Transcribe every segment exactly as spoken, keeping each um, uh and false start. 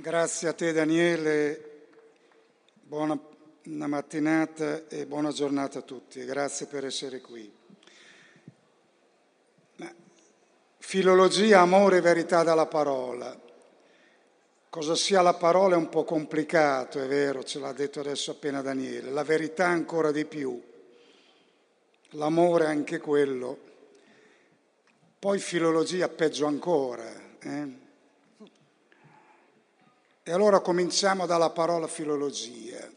Grazie a te Daniele, buona mattinata e buona giornata a tutti, grazie per essere qui. Filologia, amore e verità dalla parola. Cosa sia la parola è un po' complicato, è vero, ce l'ha detto adesso appena Daniele, la verità ancora di più, l'amore anche quello, poi filologia peggio ancora. Eh? E allora cominciamo dalla parola filologia.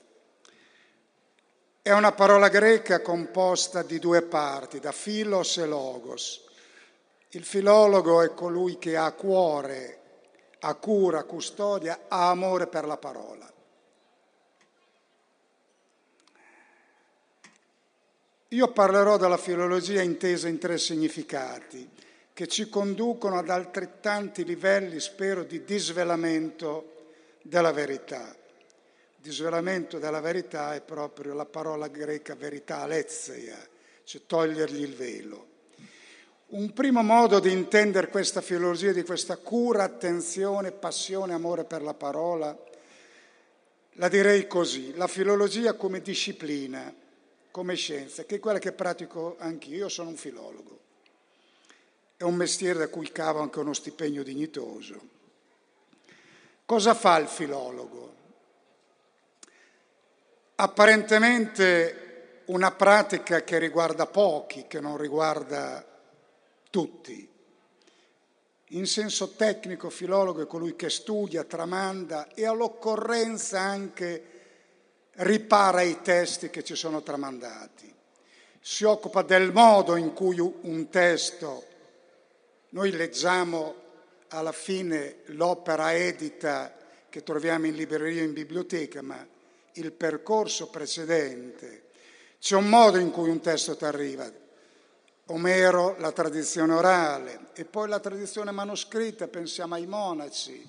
È una parola greca composta di due parti, da philos e logos. Il filologo è colui che ha a cuore, ha cura, custodia, ha amore per la parola. Io parlerò della filologia intesa in tre significati, che ci conducono ad altrettanti livelli, spero, di disvelamento della verità. Disvelamento della verità è proprio la parola greca verità, aletheia, cioè togliergli il velo. Un primo modo di intendere questa filologia, di questa cura, attenzione, passione, amore per la parola, la direi così: la filologia come disciplina, come scienza, che è quella che pratico anch'io. Io sono un filologo. È un mestiere da cui cavo anche uno stipendio dignitoso. Cosa fa il filologo? Apparentemente una pratica che riguarda pochi, che non riguarda tutti. In senso tecnico, filologo è colui che studia, tramanda e all'occorrenza anche ripara i testi che ci sono tramandati. Si occupa del modo in cui un testo, noi leggiamo alla fine l'opera edita che troviamo in libreria e in biblioteca, ma il percorso precedente, c'è un modo in cui un testo ti arriva. Omero, la tradizione orale, e poi la tradizione manoscritta, pensiamo ai monaci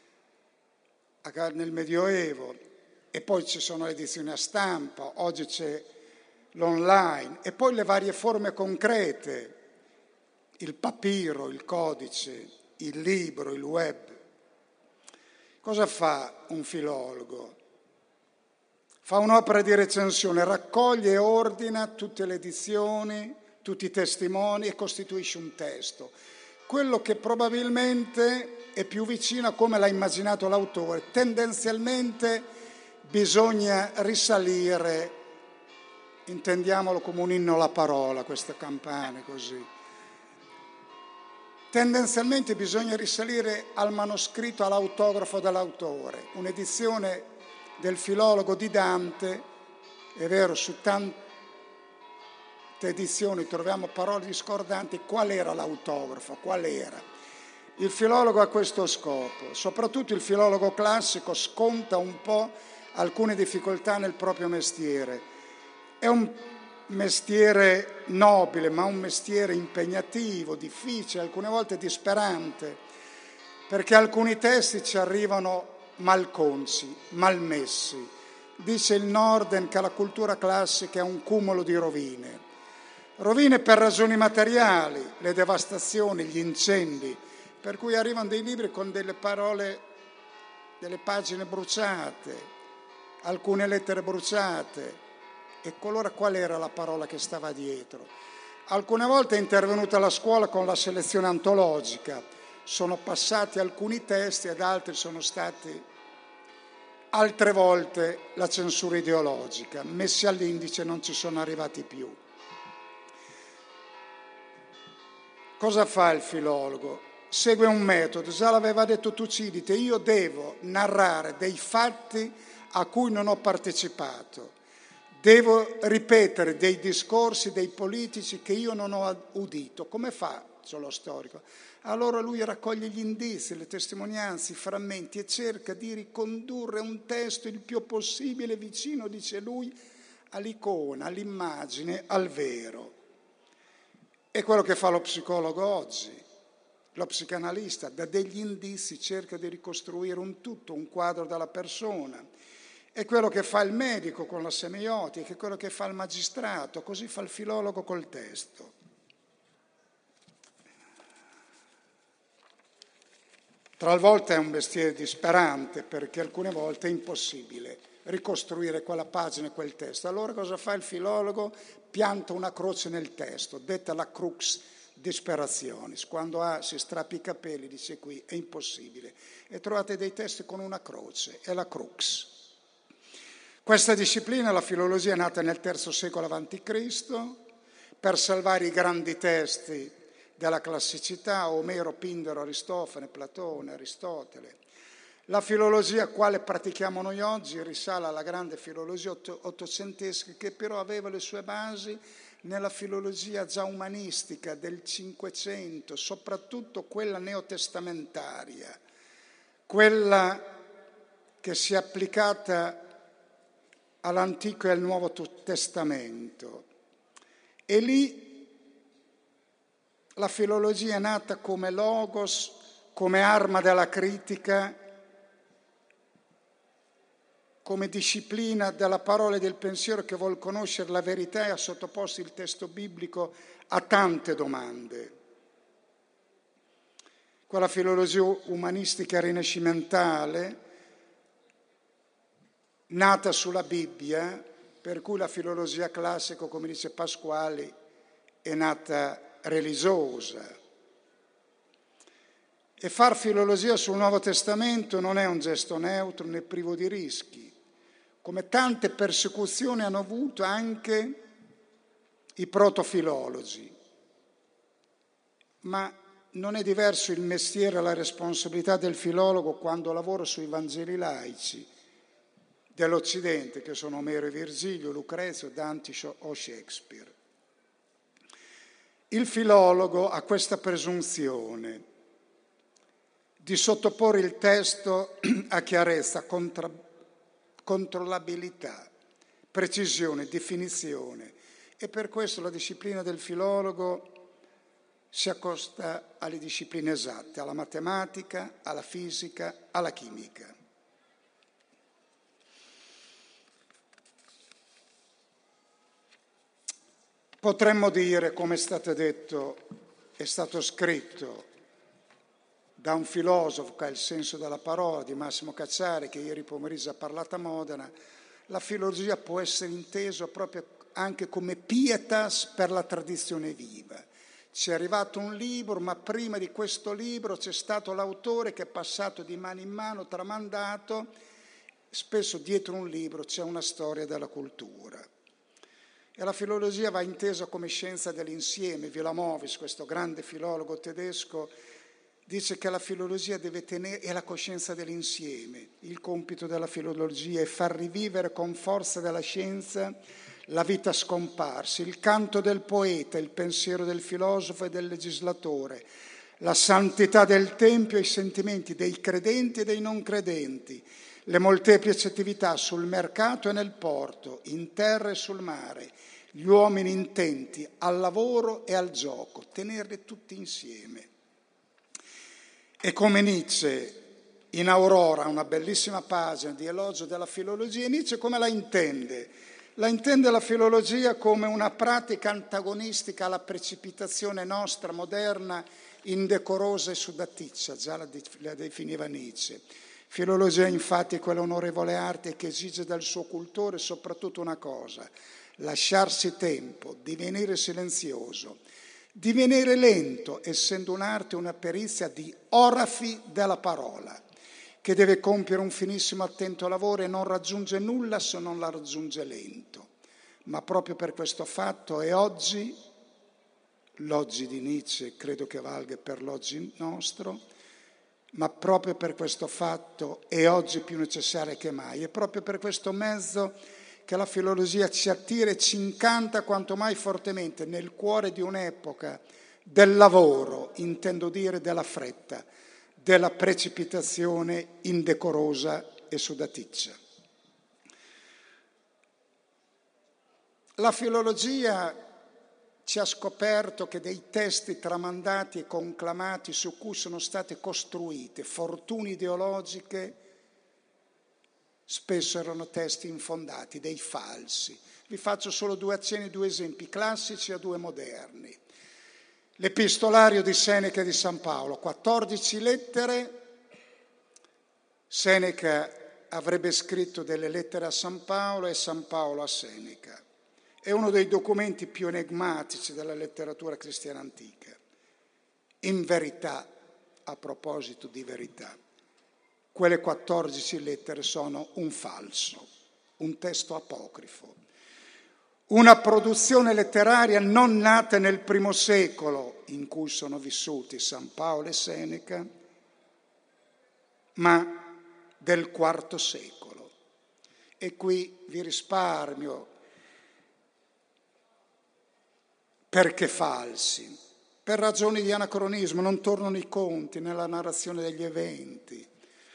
nel Medioevo, e poi ci sono le edizioni a stampa, oggi c'è l'online, e poi le varie forme concrete, il papiro, il codice, il libro, il web. Cosa fa un filologo? Fa un'opera di recensione, raccoglie e ordina tutte le edizioni, tutti i testimoni e costituisce un testo. Quello che probabilmente è più vicino a come l'ha immaginato l'autore. Tendenzialmente bisogna risalire, intendiamolo come un inno alla parola, queste campane così. Tendenzialmente bisogna risalire al manoscritto, all'autografo dell'autore. Un'edizione del filologo di Dante, è vero, su tante edizioni troviamo parole discordanti. Qual era l'autografo? Qual era? Il filologo ha questo scopo. Soprattutto il filologo classico sconta un po' alcune difficoltà nel proprio mestiere. È un mestiere nobile, ma un mestiere impegnativo, difficile, alcune volte disperante, perché alcuni testi ci arrivano malconci, malmessi. Dice il Norden che la cultura classica è un cumulo di rovine. Rovine per ragioni materiali, le devastazioni, gli incendi, per cui arrivano dei libri con delle parole, delle pagine bruciate, alcune lettere bruciate. E allora qual era la parola che stava dietro? Alcune volte è intervenuta la scuola con la selezione antologica, sono passati alcuni testi ed altri sono stati, altre volte, la censura ideologica, messi all'indice non ci sono arrivati più. Cosa fa il filologo? Segue un metodo, già l'aveva detto Tucidide, io devo narrare dei fatti a cui non ho partecipato. Devo ripetere dei discorsi dei politici che io non ho udito. Come fa lo storico? Allora lui raccoglie gli indizi, le testimonianze, i frammenti e cerca di ricondurre un testo il più possibile vicino, dice lui, all'icona, all'immagine, al vero. È quello che fa lo psicologo oggi, lo psicanalista, da degli indizi cerca di ricostruire un tutto, un quadro della persona. È quello che fa il medico con la semiotica, è quello che fa il magistrato, così fa il filologo col testo. Talvolta è un mestiere disperante, perché alcune volte è impossibile ricostruire quella pagina e quel testo. Allora cosa fa il filologo? Pianta una croce nel testo, detta la crux disperationis. Quando ha, si strappa i capelli, dice qui è impossibile. E trovate dei testi con una croce, è la crux. Questa disciplina, la filologia, è nata nel terzo secolo avanti Cristo per salvare i grandi testi della classicità, Omero, Pindaro, Aristofane, Platone, Aristotele. La filologia, quale pratichiamo noi oggi, risale alla grande filologia ottocentesca, che però aveva le sue basi nella filologia già umanistica del Cinquecento, soprattutto quella neotestamentaria, quella che si è applicata all'Antico e al Nuovo Testamento. E lì la filologia è nata come logos, come arma della critica, come disciplina della parola e del pensiero che vuol conoscere la verità e ha sottoposto il testo biblico a tante domande. Quella filologia umanistica rinascimentale, nata sulla Bibbia, per cui la filologia classica, come dice Pasquali, è nata religiosa. E far filologia sul Nuovo Testamento non è un gesto neutro né privo di rischi, come tante persecuzioni hanno avuto anche i protofilologi. Ma non è diverso il mestiere e la responsabilità del filologo quando lavora sui Vangeli laici dell'Occidente, che sono Omero e Virgilio, Lucrezio, Dante o Shakespeare. Il filologo ha questa presunzione di sottoporre il testo a chiarezza, contra, controllabilità, precisione, definizione, e per questo la disciplina del filologo si accosta alle discipline esatte, alla matematica, alla fisica, alla chimica. Potremmo dire, come è stato detto, è stato scritto da un filosofo che ha il senso della parola, di Massimo Cacciari, che ieri pomeriggio ha parlato a Modena, la filologia può essere intesa proprio anche come pietas per la tradizione viva. Ci è arrivato un libro, ma prima di questo libro c'è stato l'autore che è passato di mano in mano, tramandato. Spesso dietro un libro c'è una storia della cultura. E la filologia va intesa come scienza dell'insieme. Wilamowitz, questo grande filologo tedesco, dice che la filologia deve tenere, è la coscienza dell'insieme. Il compito della filologia è far rivivere con forza della scienza la vita scomparsa, il canto del poeta, il pensiero del filosofo e del legislatore, la santità del tempio e i sentimenti dei credenti e dei non credenti, le molteplici attività sul mercato e nel porto, in terra e sul mare, gli uomini intenti al lavoro e al gioco, tenerli tutti insieme. E come Nietzsche in Aurora, una bellissima pagina di elogio della filologia, Nietzsche come la intende? La intende la filologia come una pratica antagonistica alla precipitazione nostra moderna, indecorosa e sudaticcia, già la, la definiva Nietzsche. Filologia infatti è quell'onorevole arte che esige dal suo cultore soprattutto una cosa: lasciarsi tempo, divenire silenzioso, divenire lento, essendo un'arte, una perizia di orafi della parola, che deve compiere un finissimo attento lavoro e non raggiunge nulla se non la raggiunge lento. Ma proprio per questo fatto è oggi, l'oggi di Nietzsche credo che valga per l'oggi nostro, ma proprio per questo fatto è oggi più necessaria che mai. È proprio per questo mezzo che la filologia ci attira e ci incanta quanto mai fortemente nel cuore di un'epoca del lavoro, intendo dire della fretta, della precipitazione indecorosa e sudaticcia. La filologia ci ha scoperto che dei testi tramandati e conclamati su cui sono state costruite fortune ideologiche spesso erano testi infondati, dei falsi. Vi faccio solo due accenni, due esempi classici e due moderni. L'epistolario di Seneca e di San Paolo, quattordici lettere Seneca avrebbe scritto delle lettere a San Paolo e San Paolo a Seneca. È uno dei documenti più enigmatici della letteratura cristiana antica. In verità, a proposito di verità, quelle quattordici lettere sono un falso, un testo apocrifo, una produzione letteraria non nata nel primo secolo in cui sono vissuti San Paolo e Seneca, ma del quarto secolo. E qui vi risparmio perché falsi, per ragioni di anacronismo, non tornano i conti nella narrazione degli eventi.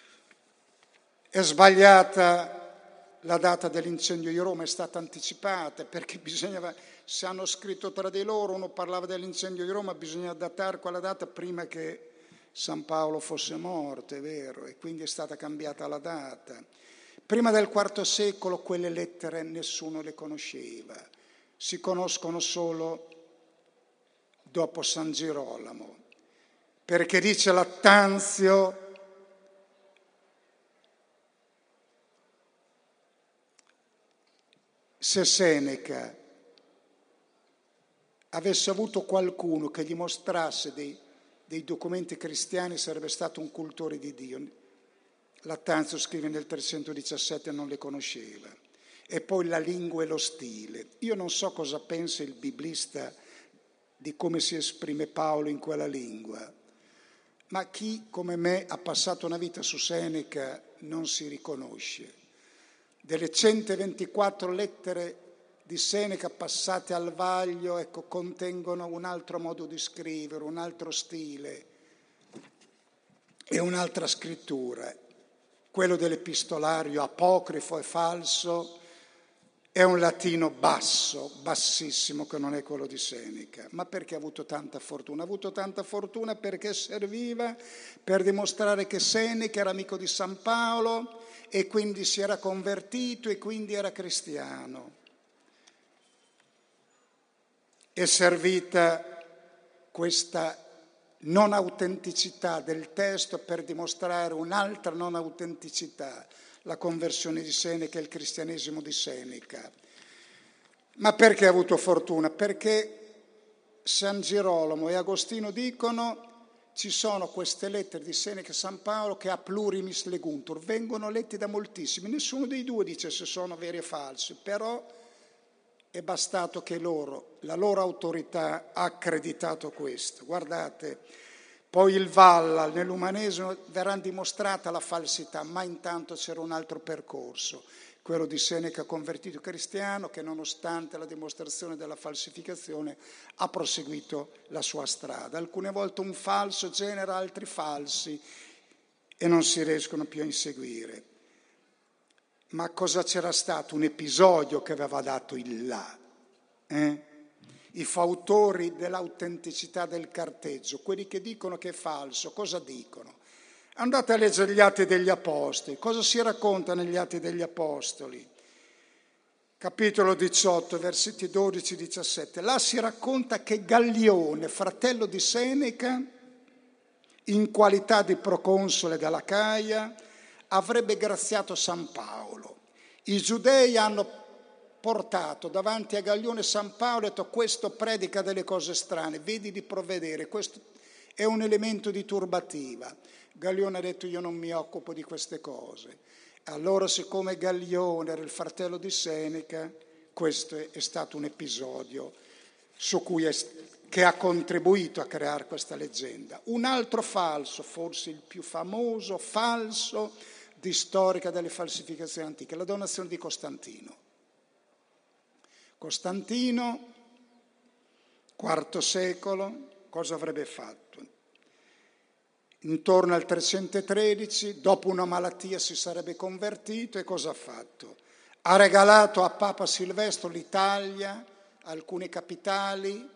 È sbagliata la data dell'incendio di Roma, è stata anticipata perché bisognava, se hanno scritto tra di loro, uno parlava dell'incendio di Roma, bisogna datare quella data prima che San Paolo fosse morto, è vero, e quindi è stata cambiata la data. Prima del quarto secolo quelle lettere nessuno le conosceva, si conoscono solo dopo San Girolamo, perché dice Lattanzio: se Seneca avesse avuto qualcuno che gli mostrasse dei, dei documenti cristiani sarebbe stato un cultore di Dio. Lattanzio scrive nel trecentodiciassette, non le conosceva. E poi la lingua e lo stile. Io non so cosa pensa il biblista di come si esprime Paolo in quella lingua, ma chi come me ha passato una vita su Seneca non si riconosce. Delle centoventiquattro lettere di Seneca passate al vaglio, ecco, contengono un altro modo di scrivere, un altro stile e un'altra scrittura. Quello dell'epistolario apocrifo e falso è un latino basso, bassissimo, che non è quello di Seneca. Ma perché ha avuto tanta fortuna? Ha avuto tanta fortuna perché serviva per dimostrare che Seneca era amico di San Paolo e quindi si era convertito e quindi era cristiano. È servita questa non autenticità del testo per dimostrare un'altra non autenticità, la conversione di Seneca e il cristianesimo di Seneca. Ma perché ha avuto fortuna? Perché San Girolamo e Agostino dicono: ci sono queste lettere di Seneca e San Paolo che a plurimis leguntur, vengono letti da moltissimi, nessuno dei due dice se sono veri o falsi, però è bastato che loro, la loro autorità ha accreditato questo. Guardate, poi il Valla, nell'umanesimo verrà dimostrata la falsità, ma intanto c'era un altro percorso, quello di Seneca convertito cristiano, che nonostante la dimostrazione della falsificazione ha proseguito la sua strada. Alcune volte un falso genera altri falsi e non si riescono più a inseguire. Ma cosa c'era stato? Un episodio che aveva dato il là. Eh? I fautori dell'autenticità del carteggio, quelli che dicono che è falso, cosa dicono? Andate a leggere gli Atti degli Apostoli. Cosa si racconta negli Atti degli Apostoli? Capitolo diciotto, versetti dodici diciassette. Là si racconta che Gallione, fratello di Seneca, in qualità di proconsole dell'Acaia, avrebbe graziato San Paolo. I giudei hanno portato davanti a Gallione San Paolo e detto: questo predica delle cose strane, vedi di provvedere, questo è un elemento di turbativa. Gallione ha detto: io non mi occupo di queste cose. Allora, siccome Gallione era il fratello di Seneca, questo è stato un episodio su cui è, che ha contribuito a creare questa leggenda. Un altro falso, forse il più famoso falso di storica delle falsificazioni antiche, la donazione di Costantino. Costantino, quarto secolo, cosa avrebbe fatto? Intorno al trecentotredici, dopo una malattia si sarebbe convertito e cosa ha fatto? Ha regalato a Papa Silvestro l'Italia, alcune capitali,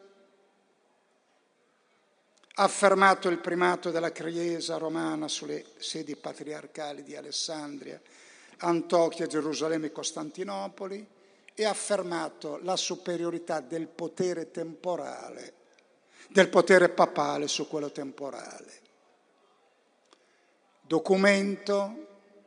ha affermato il primato della Chiesa romana sulle sedi patriarcali di Alessandria, Antiochia, Gerusalemme e Costantinopoli e ha affermato la superiorità del potere temporale, del potere papale su quello temporale. Documento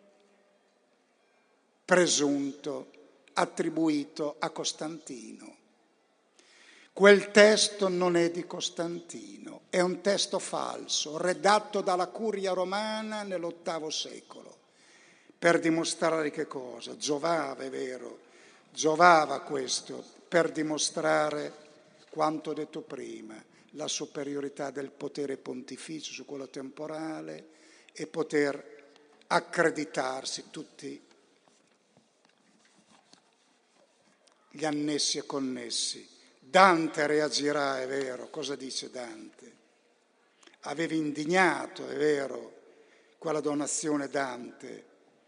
presunto, attribuito a Costantino. Quel testo non è di Costantino, è un testo falso, redatto dalla Curia romana nell'ottavo secolo, per dimostrare che cosa? Giovava, è vero, giovava questo, per dimostrare quanto detto prima, la superiorità del potere pontificio su quello temporale e poter accreditarsi tutti gli annessi e connessi. Dante reagirà, è vero, cosa dice Dante? Aveva indignato, è vero, quella donazione Dante.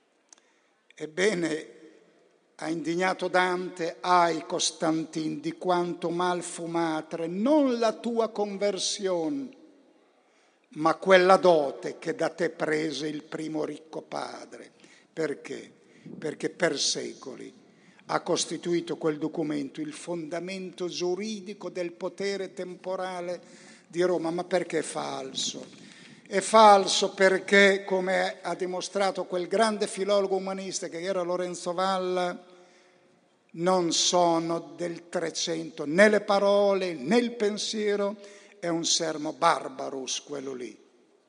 Ebbene, ha indignato Dante, ai Costantin, di quanto mal fumatre, non la tua conversione, ma quella dote che da te prese il primo ricco padre. Perché? Perché per secoli ha costituito quel documento il fondamento giuridico del potere temporale di Roma. Ma perché è falso? È falso perché, come ha dimostrato quel grande filologo umanista che era Lorenzo Valla, non sono del Trecento né le parole né il pensiero, è un sermo barbarus quello lì.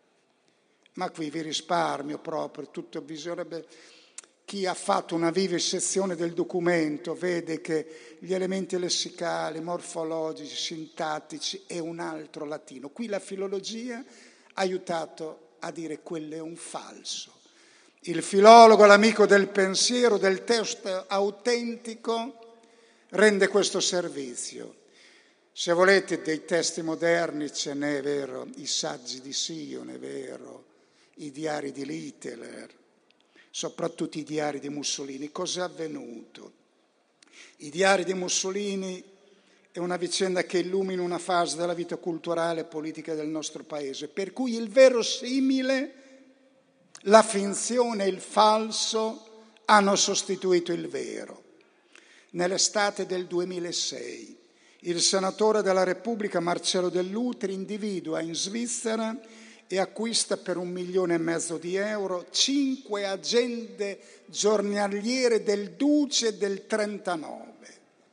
Ma qui vi risparmio proprio, tutto bisognerebbe... Chi ha fatto una vivisezione del documento vede che gli elementi lessicali, morfologici, sintattici è un altro latino. Qui la filologia ha aiutato a dire quello è un falso. Il filologo, l'amico del pensiero, del testo autentico, rende questo servizio. Se volete dei testi moderni ce n'è, vero, i saggi di Sion, è vero, i diari di Littler, soprattutto i diari di Mussolini. Cos'è avvenuto? I diari di Mussolini è una vicenda che illumina una fase della vita culturale e politica del nostro paese, per cui il verosimile, la finzione e il falso hanno sostituito il vero. Nell'estate del duemilasei il senatore della Repubblica Marcello Dell'Utri individua in Svizzera e acquista per un milione e mezzo di euro cinque agende giornaliere del Duce del trentanove,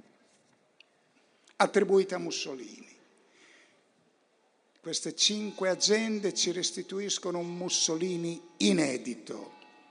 attribuite a Mussolini. Queste cinque agende ci restituiscono un Mussolini inedito,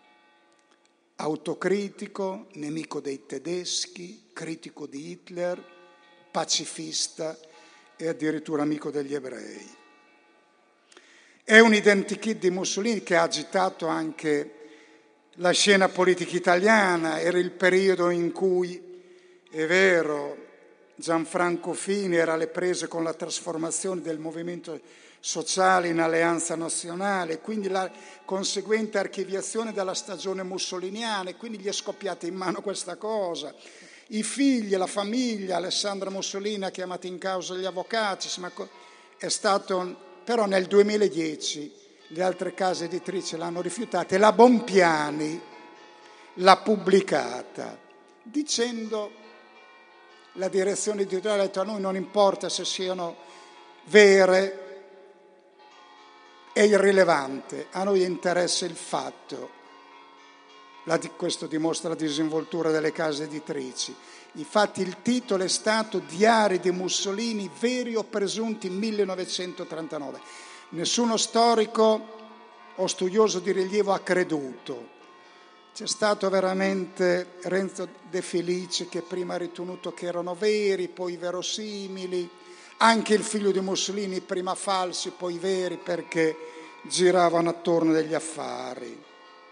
autocritico, nemico dei tedeschi, critico di Hitler, pacifista e addirittura amico degli ebrei. È un identikit di Mussolini che ha agitato anche la scena politica italiana. Era il periodo in cui, è vero, Gianfranco Fini era alle prese con la trasformazione del movimento sociale in alleanza nazionale, quindi la conseguente archiviazione della stagione mussoliniana, e quindi gli è scoppiata in mano questa cosa. I figli, la famiglia, Alessandra Mussolini ha chiamato in causa gli avvocati, ma è stato... Però nel duemiladieci le altre case editrici l'hanno rifiutata e la Bompiani l'ha pubblicata, dicendo, la direzione editoriale ha detto: a noi non importa se siano vere, è irrilevante, a noi interessa il fatto. La, questo dimostra la disinvoltura delle case editrici. Infatti il titolo è stato Diari di Mussolini, veri o presunti, millenovecentotrentanove. Nessuno storico o studioso di rilievo ha creduto. C'è stato veramente Renzo De Felice che prima ha ritenuto che erano veri, poi verosimili. Anche il figlio di Mussolini prima falsi, poi veri, perché giravano attorno degli affari.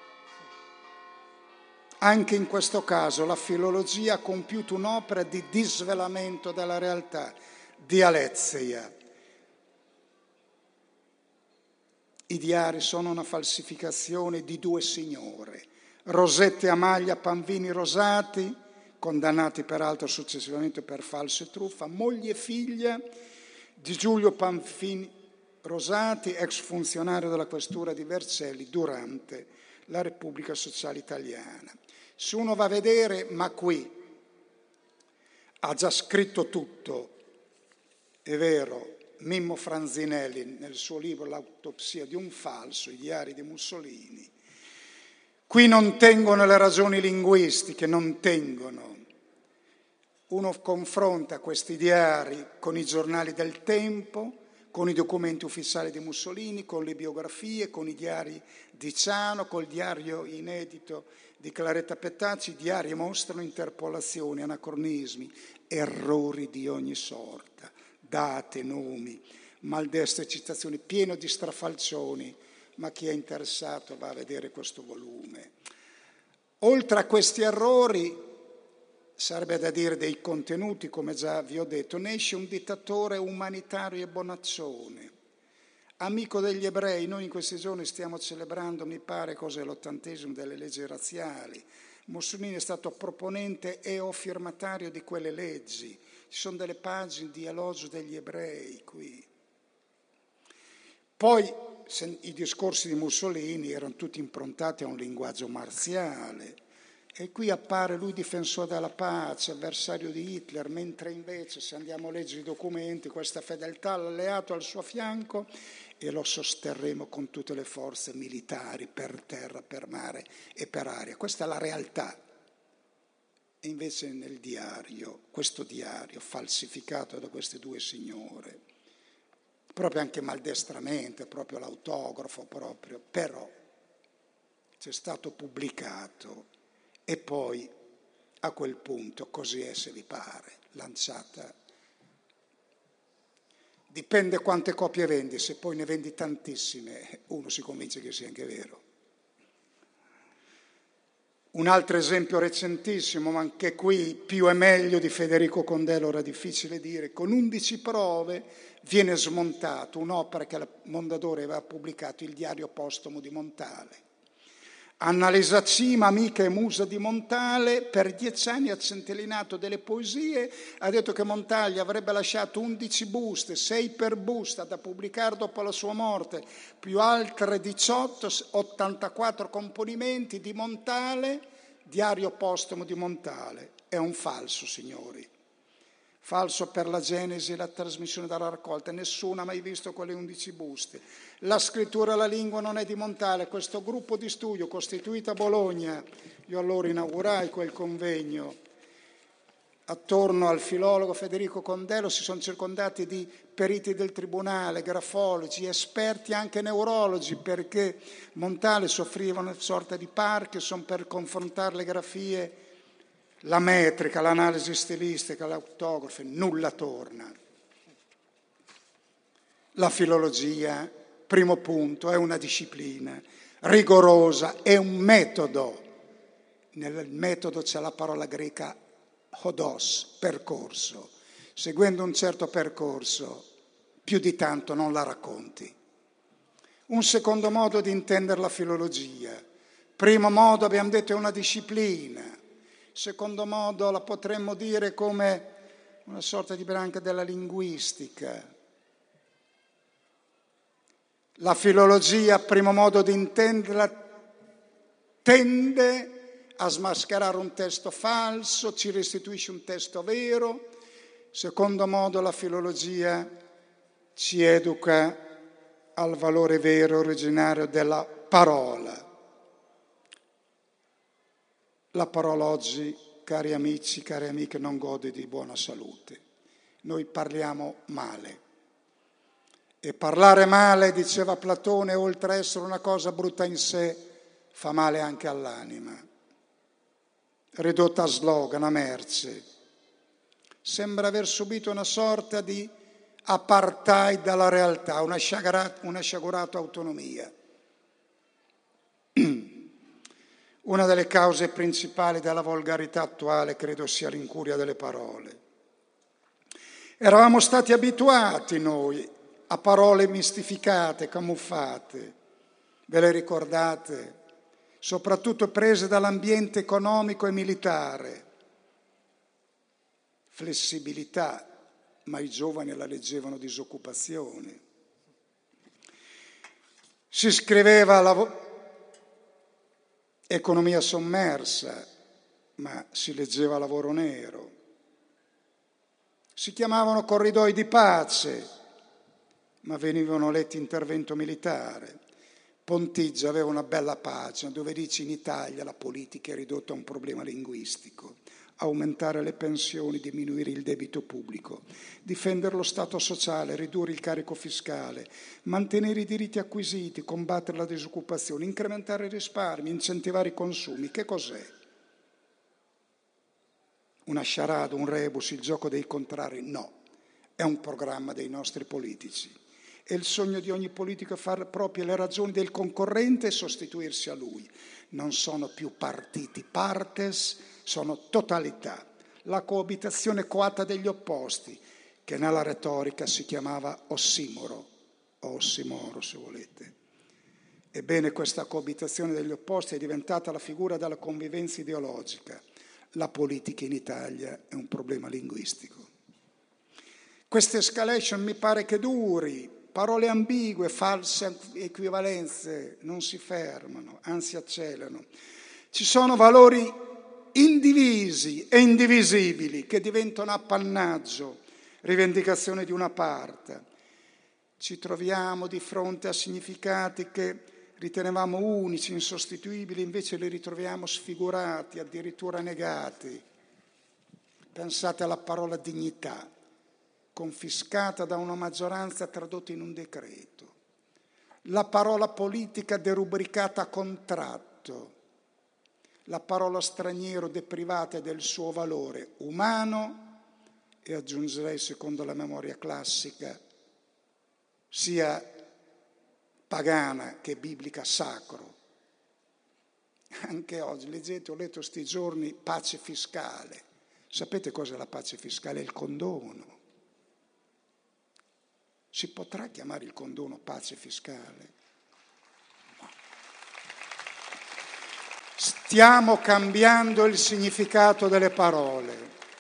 Anche in questo caso la filologia ha compiuto un'opera di disvelamento della realtà, dialezia. I diari sono una falsificazione di due signore, Rosetta e Amalia Panvini Rosati, condannati peraltro successivamente per falso e truffa, moglie e figlia di Giulio Panvini Rosati, ex funzionario della questura di Vercelli durante la Repubblica Sociale Italiana. Se uno va a vedere, ma qui ha già scritto tutto, è vero, Mimmo Franzinelli nel suo libro L'autopsia di un falso, i diari di Mussolini. Qui non tengono le ragioni linguistiche, non tengono. Uno confronta questi diari con i giornali del tempo, con i documenti ufficiali di Mussolini, con le biografie, con i diari di Ciano, col diario inedito di Claretta Petacci. I diari mostrano interpolazioni, anacronismi, errori di ogni sorta, date, nomi, maldestre citazioni, pieno di strafalcioni, ma chi è interessato va a vedere questo volume. Oltre a questi errori, sarebbe da dire dei contenuti, come già vi ho detto, ne esce un dittatore umanitario e bonaccione, amico degli ebrei. Noi in questi giorni stiamo celebrando, mi pare, cos'è l'ottantesimo delle leggi razziali. Mussolini è stato proponente e o firmatario di quelle leggi. Ci sono delle pagine di elogio degli ebrei qui. Poi i discorsi di Mussolini erano tutti improntati a un linguaggio marziale. E qui appare lui difensore della pace, avversario di Hitler, mentre invece, se andiamo a leggere i documenti, questa fedeltà all'alleato al suo fianco e lo sosterremo con tutte le forze militari, per terra, per mare e per aria. Questa è la realtà. E invece nel diario, questo diario falsificato da queste due signore, proprio anche maldestramente, proprio l'autografo, proprio, però c'è stato pubblicato. E poi, a quel punto, così è se vi pare, lanciata. Dipende quante copie vendi, se poi ne vendi tantissime, uno si convince che sia anche vero. Un altro esempio recentissimo, ma anche qui più e meglio, di Federico Condello, era difficile dire, con undici prove viene smontato un'opera che Mondadori aveva pubblicato, il diario postumo di Montale. Annalisa Cima, amica e musa di Montale, per dieci anni ha centellinato delle poesie, ha detto che Montale avrebbe lasciato undici buste, sei per busta da pubblicare dopo la sua morte, più altre diciotto, ottantaquattro componimenti di Montale, diario postumo di Montale. È un falso, signori. Falso per la genesi e la trasmissione dalla raccolta. Nessuno ha mai visto quelle undici buste. La scrittura e la lingua non è di Montale. Questo gruppo di studio costituito a Bologna, io allora inaugurai quel convegno, attorno al filologo Federico Condello si sono circondati di periti del tribunale, grafologi, esperti anche neurologi, perché Montale soffriva una sorta di Parkinson. Per confrontare le grafie, la metrica, l'analisi stilistica, l'autografe, nulla torna. La filologia, primo punto, è una disciplina rigorosa, è un metodo. Nel metodo c'è la parola greca hodos, percorso. Seguendo un certo percorso, più di tanto non la racconti. Un secondo modo di intendere la filologia. Primo modo, abbiamo detto, è una disciplina. Secondo modo la potremmo dire come una sorta di branca della linguistica. La filologia, primo modo di intenderla, tende a smascherare un testo falso, ci restituisce un testo vero. Secondo modo, la filologia ci educa al valore vero originario della parola. La parola oggi, cari amici, cari amiche, non gode di buona salute. Noi parliamo male. E parlare male, diceva Platone, oltre a essere una cosa brutta in sé, fa male anche all'anima. Ridotta a slogan, a merce. Sembra aver subito una sorta di apartheid dalla realtà, una sciagurata, una sciagurata autonomia. Una delle cause principali della volgarità attuale credo sia l'incuria delle parole. Eravamo stati abituati noi a parole mistificate, camuffate, ve le ricordate? Soprattutto prese dall'ambiente economico e militare. Flessibilità, ma i giovani la leggevano disoccupazione. Si scriveva la economia sommersa, ma si leggeva lavoro nero. Si chiamavano corridoi di pace, ma venivano letti intervento militare. Pontigia aveva una bella pagina dove dice: in Italia la politica è ridotta a un problema linguistico. Aumentare le pensioni, diminuire il debito pubblico, difendere lo Stato sociale, ridurre il carico fiscale, mantenere i diritti acquisiti, combattere la disoccupazione, incrementare i risparmi, incentivare i consumi. Che cos'è? Una charade, un rebus, il gioco dei contrari? No, è un programma dei nostri politici. E il sogno di ogni politico è fare proprie le ragioni del concorrente e sostituirsi a lui. Non sono più partiti partes, sono totalità. La coabitazione coatta degli opposti, che nella retorica si chiamava ossimoro, o ossimoro se volete. Ebbene, questa coabitazione degli opposti è diventata la figura della convivenza ideologica. La politica in Italia è un problema linguistico. Questa escalation mi pare che duri. Parole ambigue, false equivalenze non si fermano, anzi accelerano. Ci sono valori indivisi e indivisibili che diventano appannaggio, rivendicazione di una parte. Ci troviamo di fronte a significati che ritenevamo unici, insostituibili, invece li ritroviamo sfigurati, addirittura negati. Pensate alla parola dignità, confiscata da una maggioranza tradotta in un decreto. La parola politica derubricata a contratto. La parola straniero deprivata del suo valore umano e, aggiungerei secondo la memoria classica, sia pagana che biblica, sacro. Anche oggi, leggete, ho letto sti giorni, pace fiscale. Sapete cos'è la pace fiscale? È il condono. Si potrà chiamare il condono pace fiscale? No. Stiamo cambiando il significato delle parole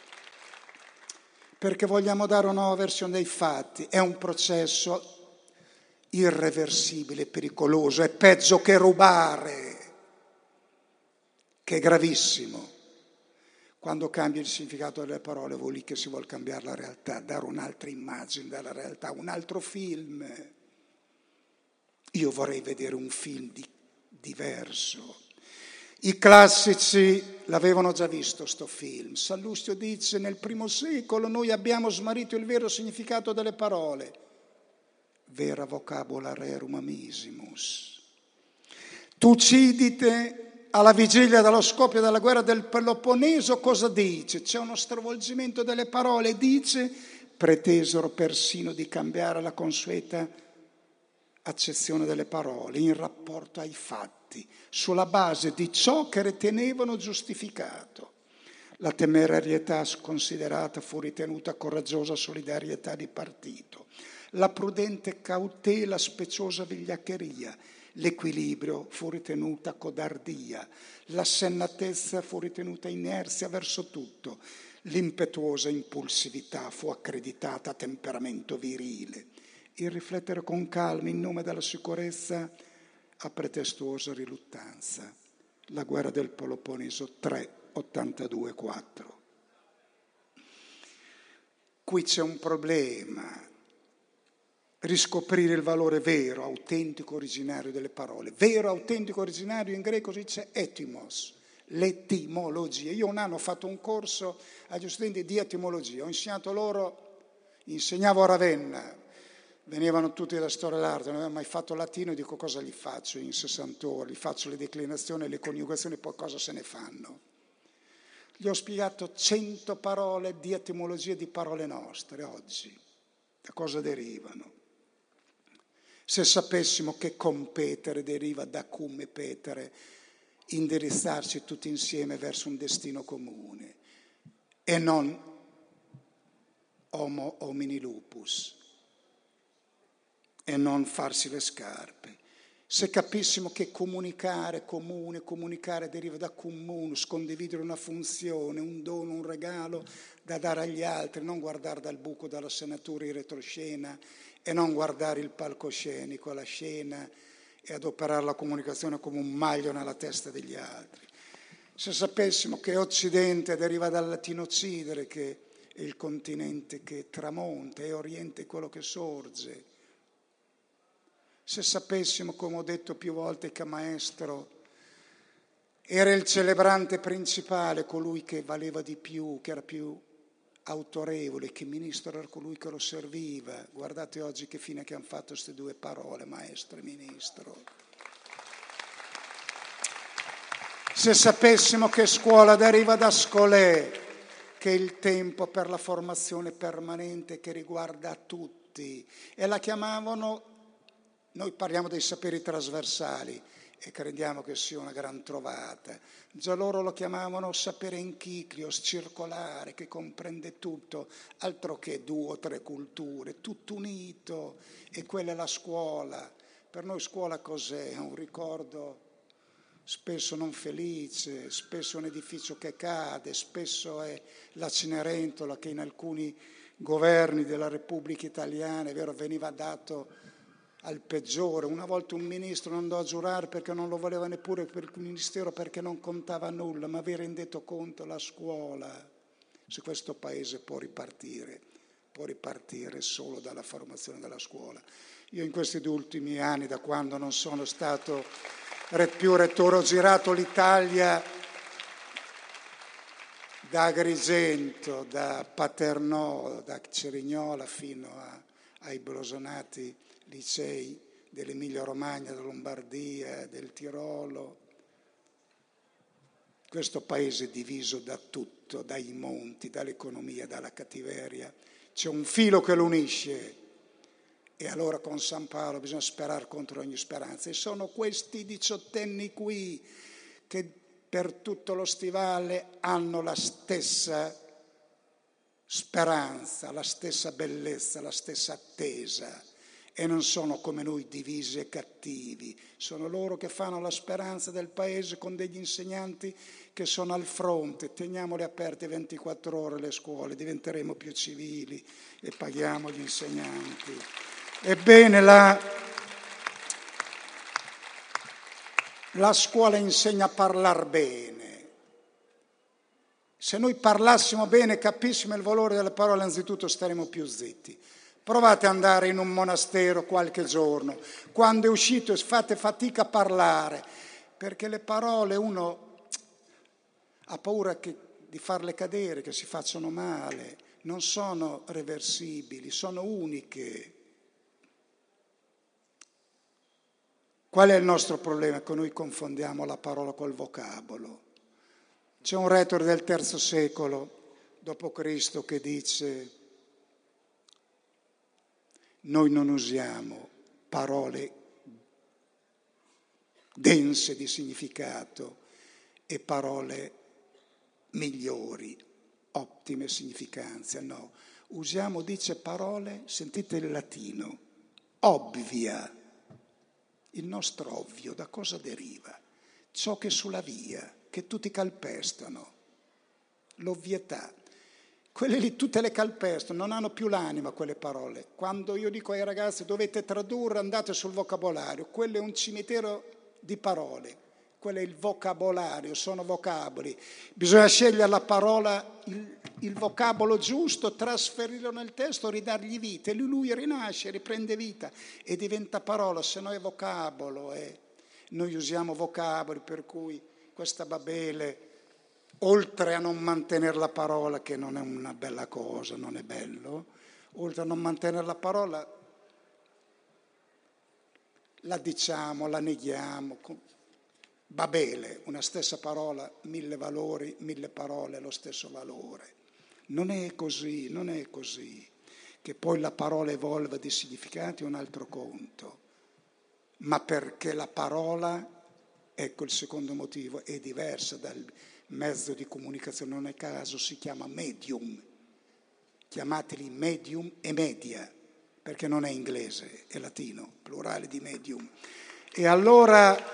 perché vogliamo dare una nuova versione dei fatti. È un processo irreversibile, pericoloso, è peggio che rubare, che è gravissimo. Quando cambia il significato delle parole vuol dire che si vuole cambiare la realtà, dare un'altra immagine della realtà, un altro film. Io vorrei vedere un film di, diverso. I classici l'avevano già visto sto film. Sallustio dice: nel primo secolo noi abbiamo smarrito il vero significato delle parole. Vera vocabula rerum amisimus. Tucidide, alla vigilia dello scoppio della guerra del Peloponneso, cosa dice? C'è uno stravolgimento delle parole, dice: pretesero persino di cambiare la consueta accezione delle parole in rapporto ai fatti, sulla base di ciò che ritenevano giustificato. La temerarietà sconsiderata fu ritenuta coraggiosa solidarietà di partito, la prudente cautela speciosa vigliaccheria, l'equilibrio fu ritenuta codardia, l'assennatezza fu ritenuta inerzia verso tutto, l'impetuosa impulsività fu accreditata temperamento virile, il riflettere con calma in nome della sicurezza a pretestuosa riluttanza. La guerra del Peloponneso tre, ottantadue quattro. Qui c'è un problema. Riscoprire il valore vero, autentico, originario delle parole. Vero, autentico, originario in greco si dice etimos, l'etimologia. Io un anno ho fatto un corso agli studenti di etimologia, ho insegnato loro, insegnavo a Ravenna, venivano tutti da storia dell'arte, non avevo mai fatto latino, dico cosa gli faccio in sessanta ore, gli faccio le declinazioni, le coniugazioni, poi cosa se ne fanno. Gli ho spiegato cento parole di etimologia di parole nostre oggi, da cosa derivano. Se sapessimo che competere deriva da cum petere, indirizzarci tutti insieme verso un destino comune e non homo homini lupus e non farsi le scarpe. Se capissimo che comunicare, comune, comunicare deriva da communus, condividere una funzione, un dono, un regalo da dare agli altri, non guardare dal buco della senatura in retroscena e non guardare il palcoscenico, la scena e adoperare la comunicazione come un maglio nella testa degli altri. Se sapessimo che Occidente deriva dal latino occidere, che è il continente che tramonta, e Oriente quello che sorge. Se sapessimo, come ho detto più volte, che maestro era il celebrante principale, colui che valeva di più, che era più autorevole, che ministro era colui che lo serviva. Guardate oggi che fine che hanno fatto queste due parole, maestro e ministro. Se sapessimo che scuola deriva da scolè, che è il tempo per la formazione permanente che riguarda tutti, e la chiamavano, noi parliamo dei saperi trasversali e crediamo che sia una gran trovata, già loro lo chiamavano sapere enchiclios, circolare, che comprende tutto, altro che due o tre culture, tutto unito, e quella è la scuola. Per noi scuola cos'è? È un ricordo spesso non felice, spesso un edificio che cade, spesso è la Cenerentola che in alcuni governi della Repubblica Italiana, è vero, veniva dato al peggiore. Una volta un ministro non andò a giurare perché non lo voleva neppure per il ministero, perché non contava nulla, ma vi rendete conto la scuola, se questo paese può ripartire, può ripartire solo dalla formazione della scuola. Io in questi due ultimi anni, da quando non sono stato più rettore, ho girato l'Italia da Agrigento, da Paternò, da Cerignola fino a, ai blasonati licei dell'Emilia Romagna, della Lombardia, del Tirolo. Questo paese è diviso da tutto, dai monti, dall'economia, dalla cattiveria. C'è un filo che lo unisce e allora con San Paolo bisogna sperare contro ogni speranza. E sono questi diciottenni qui che per tutto lo stivale hanno la stessa speranza, la stessa bellezza, la stessa attesa. E non sono come noi divisi e cattivi, sono loro che fanno la speranza del paese con degli insegnanti che sono al fronte. Teniamole aperte ventiquattro ore le scuole, diventeremo più civili e paghiamo gli insegnanti. Ebbene, la, la scuola insegna a parlare bene. Se noi parlassimo bene, capissimo il valore delle parole, anzitutto staremo più zitti. Provate ad andare in un monastero qualche giorno, quando è uscito e fate fatica a parlare, perché le parole uno ha paura che, di farle cadere, che si facciano male, non sono reversibili, sono uniche. Qual è il nostro problema? Che noi confondiamo la parola col vocabolo. C'è un retore del terzo secolo dopo Cristo che dice: noi non usiamo parole dense di significato e parole migliori, ottime significanze, no. Usiamo, dice, parole, sentite il latino, ovvia. Il nostro ovvio da cosa deriva? Ciò che è sulla via, che tutti calpestano, l'ovvietà. Quelle lì tutte le calpestano, non hanno più l'anima quelle parole. Quando io dico ai ragazzi dovete tradurre, andate sul vocabolario, quello è un cimitero di parole, quello è il vocabolario, sono vocaboli. Bisogna scegliere la parola, il, il vocabolo giusto, trasferirlo nel testo, ridargli vita, e lui, lui rinasce, riprende vita e diventa parola, se no è vocabolo. Eh. Noi usiamo vocaboli per cui questa Babele, oltre a non mantenere la parola, che non è una bella cosa, non è bello, oltre a non mantenere la parola, la diciamo, la neghiamo. Babele, una stessa parola, mille valori, mille parole, lo stesso valore. Non è così, non è così. Che poi la parola evolva di significati è un altro conto. Ma perché la parola, ecco il secondo motivo, è diversa dal mezzo di comunicazione, non è caso, si chiama medium. Chiamateli medium e media, perché non è inglese, è latino, plurale di medium. E allora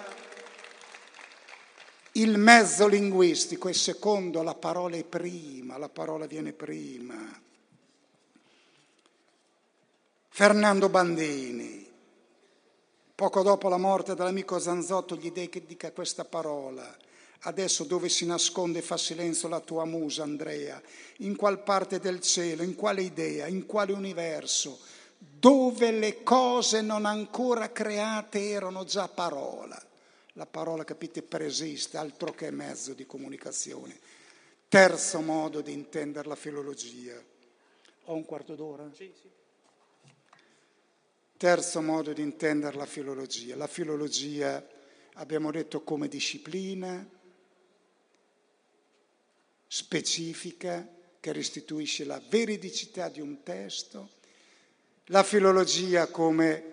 il mezzo linguistico è secondo, la parola è prima, la parola viene prima. Fernando Bandini, poco dopo la morte dell'amico Zanzotto, gli dedica questa parola. Adesso dove si nasconde e fa silenzio la tua musa, Andrea? In qual parte del cielo, in quale idea, in quale universo dove le cose non ancora create erano già parola. La parola, capite, preesiste, altro che mezzo di comunicazione. Terzo modo di intendere la filologia. Ho un quarto d'ora? Sì, sì. Terzo modo di intendere la filologia. La filologia, abbiamo detto, come disciplina specifica che restituisce la veridicità di un testo. La filologia come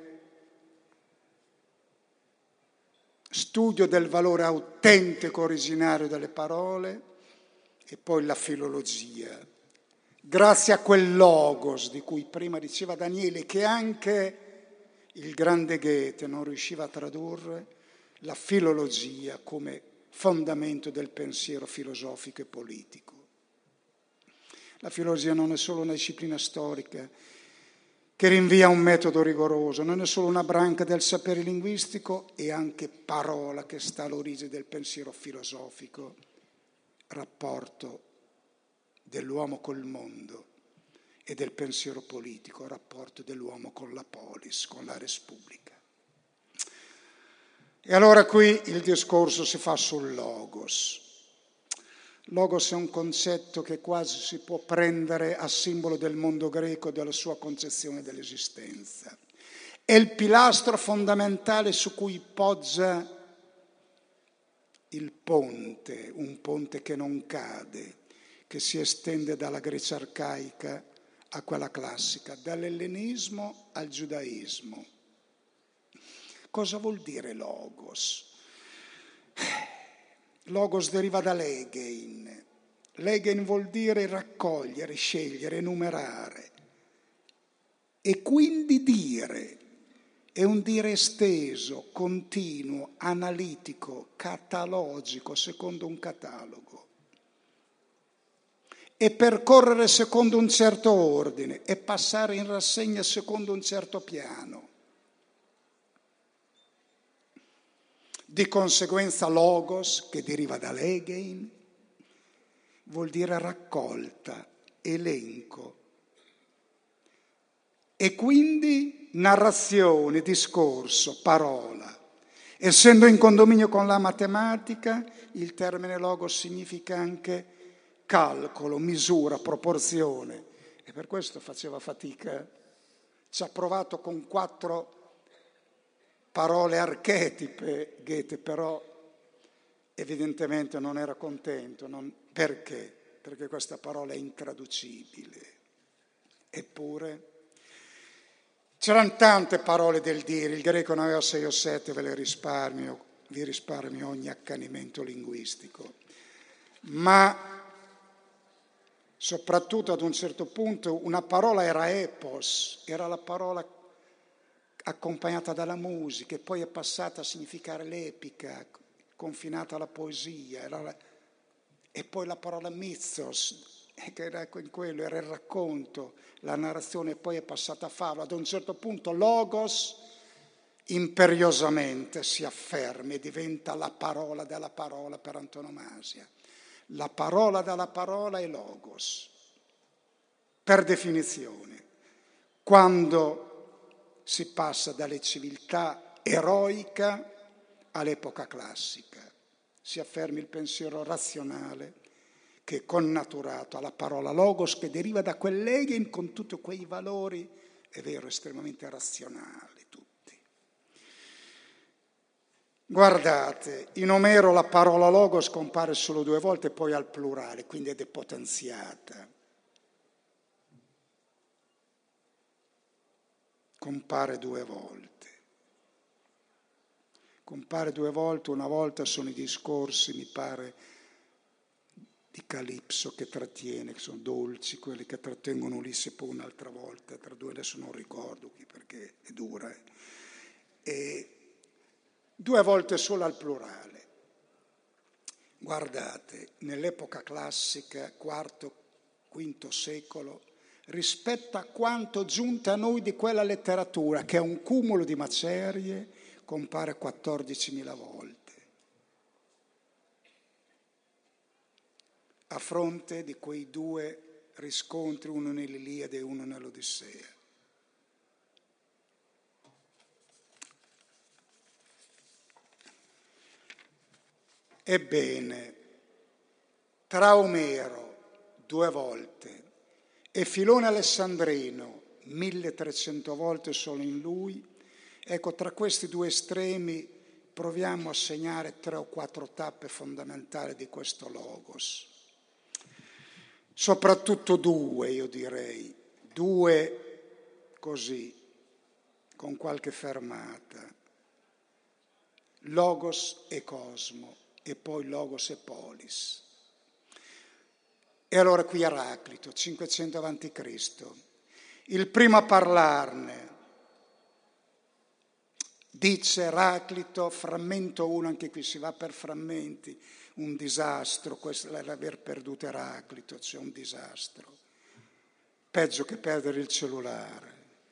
studio del valore autentico originario delle parole, e poi la filologia, grazie a quel logos di cui prima diceva Daniele, che anche il grande Goethe non riusciva a tradurre, la filologia come fondamento del pensiero filosofico e politico. La filologia non è solo una disciplina storica che rinvia a un metodo rigoroso, non è solo una branca del sapere linguistico, è anche parola che sta all'origine del pensiero filosofico, rapporto dell'uomo col mondo, e del pensiero politico, rapporto dell'uomo con la polis, con la res publica. E allora qui il discorso si fa sul logos. Logos è un concetto che quasi si può prendere a simbolo del mondo greco, della sua concezione dell'esistenza. È il pilastro fondamentale su cui poggia il ponte, un ponte che non cade, che si estende dalla Grecia arcaica a quella classica, dall'ellenismo al giudaismo. Cosa vuol dire logos? Logos deriva da legein. Legein vuol dire raccogliere, scegliere, enumerare. E quindi dire. È un dire esteso, continuo, analitico, catalogico, secondo un catalogo. E percorrere secondo un certo ordine, e passare in rassegna secondo un certo piano. Di conseguenza logos, che deriva da legein, vuol dire raccolta, elenco. E quindi narrazione, discorso, parola. Essendo in condominio con la matematica, il termine logos significa anche calcolo, misura, proporzione. E per questo faceva fatica. Ci ha provato con quattro parole archetipe, Goethe, però evidentemente non era contento. Non... Perché? Perché questa parola è intraducibile. Eppure c'erano tante parole del dire, il greco ne aveva sei o sette, ve le risparmio, vi risparmio ogni accanimento linguistico. Ma soprattutto ad un certo punto una parola era epos, era la parola accompagnata dalla musica, e poi è passata a significare l'epica, confinata alla poesia, era la... e poi la parola mythos, che era in quello, era il racconto, la narrazione, e poi è passata a favola. Ad un certo punto logos imperiosamente si afferma e diventa la parola della parola per antonomasia. La parola della parola è logos, per definizione. Quando si passa dalle civiltà eroica all'epoca classica, si afferma il pensiero razionale che è connaturato alla parola logos, che deriva da quel legein con tutti quei valori, è vero, estremamente razionali tutti. Guardate, in Omero la parola logos compare solo due volte, poi al plurale, quindi è depotenziata. Compare due volte. Compare due volte, una volta sono i discorsi, mi pare, di Calipso che trattiene, che sono dolci, quelli che trattengono Ulisse, poi un'altra volta, tra due adesso non ricordo qui perché è dura. Eh. E due volte solo al plurale. Guardate, nell'epoca classica, quarto, quinto secolo, rispetto a quanto giunta a noi di quella letteratura, che è un cumulo di macerie, compare quattordicimila volte. A fronte di quei due riscontri, uno nell'Iliade e uno nell'Odissea. Ebbene, tra Omero due volte e Filone Alessandrino milletrecento volte solo in lui, ecco, tra questi due estremi proviamo a segnare tre o quattro tappe fondamentali di questo logos. Soprattutto due, io direi, due così, con qualche fermata. Logos e cosmo, e poi logos e polis. E allora qui Eraclito, cinquecento avanti Cristo, il primo a parlarne. Dice Eraclito, frammento uno, anche qui si va per frammenti, un disastro, questo è l'aver perduto Eraclito, c'è un disastro, peggio che perdere il cellulare.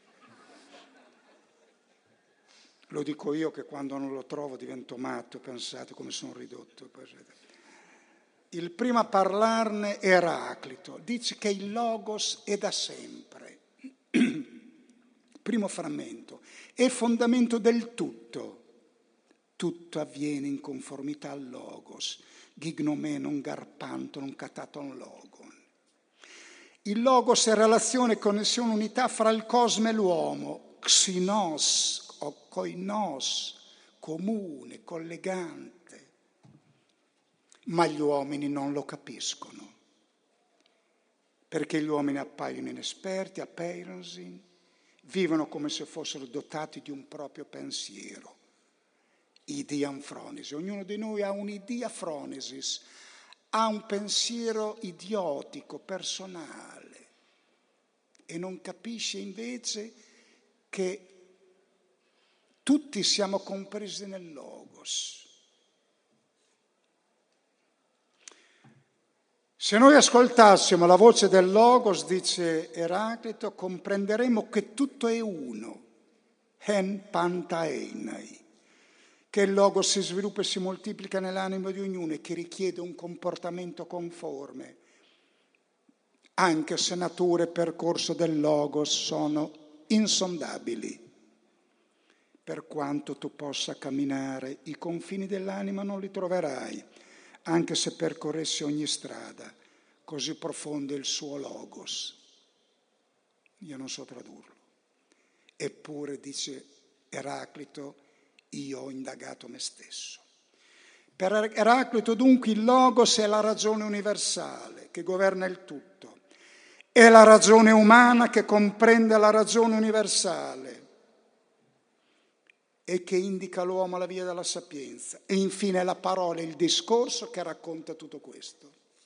Lo dico io che quando non lo trovo divento matto, pensate come sono ridotto. Il primo a parlarne è Eraclito, dice che il logos è da sempre. Primo frammento, è fondamento del tutto. Tutto avviene in conformità al logos, gignomenon, garpanton, cataton logon. Il logos è relazione, connessione, unità fra il cosmo e l'uomo, xinos o koinos, comune, collegante. Ma gli uomini non lo capiscono, perché gli uomini appaiono inesperti, apeirosin, vivono come se fossero dotati di un proprio pensiero. Idianfronesis. Ognuno di noi ha un'idiafronesis, ha un pensiero idiotico, personale, e non capisce invece che tutti siamo compresi nel logos. Se noi ascoltassimo la voce del logos, dice Eraclito, comprenderemo che tutto è uno, hen pantaenai, che il logos si sviluppa e si moltiplica nell'animo di ognuno e che richiede un comportamento conforme, anche se natura e percorso del logos sono insondabili. Per quanto tu possa camminare, i confini dell'anima non li troverai, anche se percorressi ogni strada, così profondo è il suo logos. Io non so tradurlo. Eppure, dice Eraclito, io ho indagato me stesso. Per Eraclito, dunque, il logos è la ragione universale che governa il tutto. È la ragione umana che comprende la ragione universale e che indica all'uomo la via della sapienza. E infine la parola, il discorso che racconta tutto questo.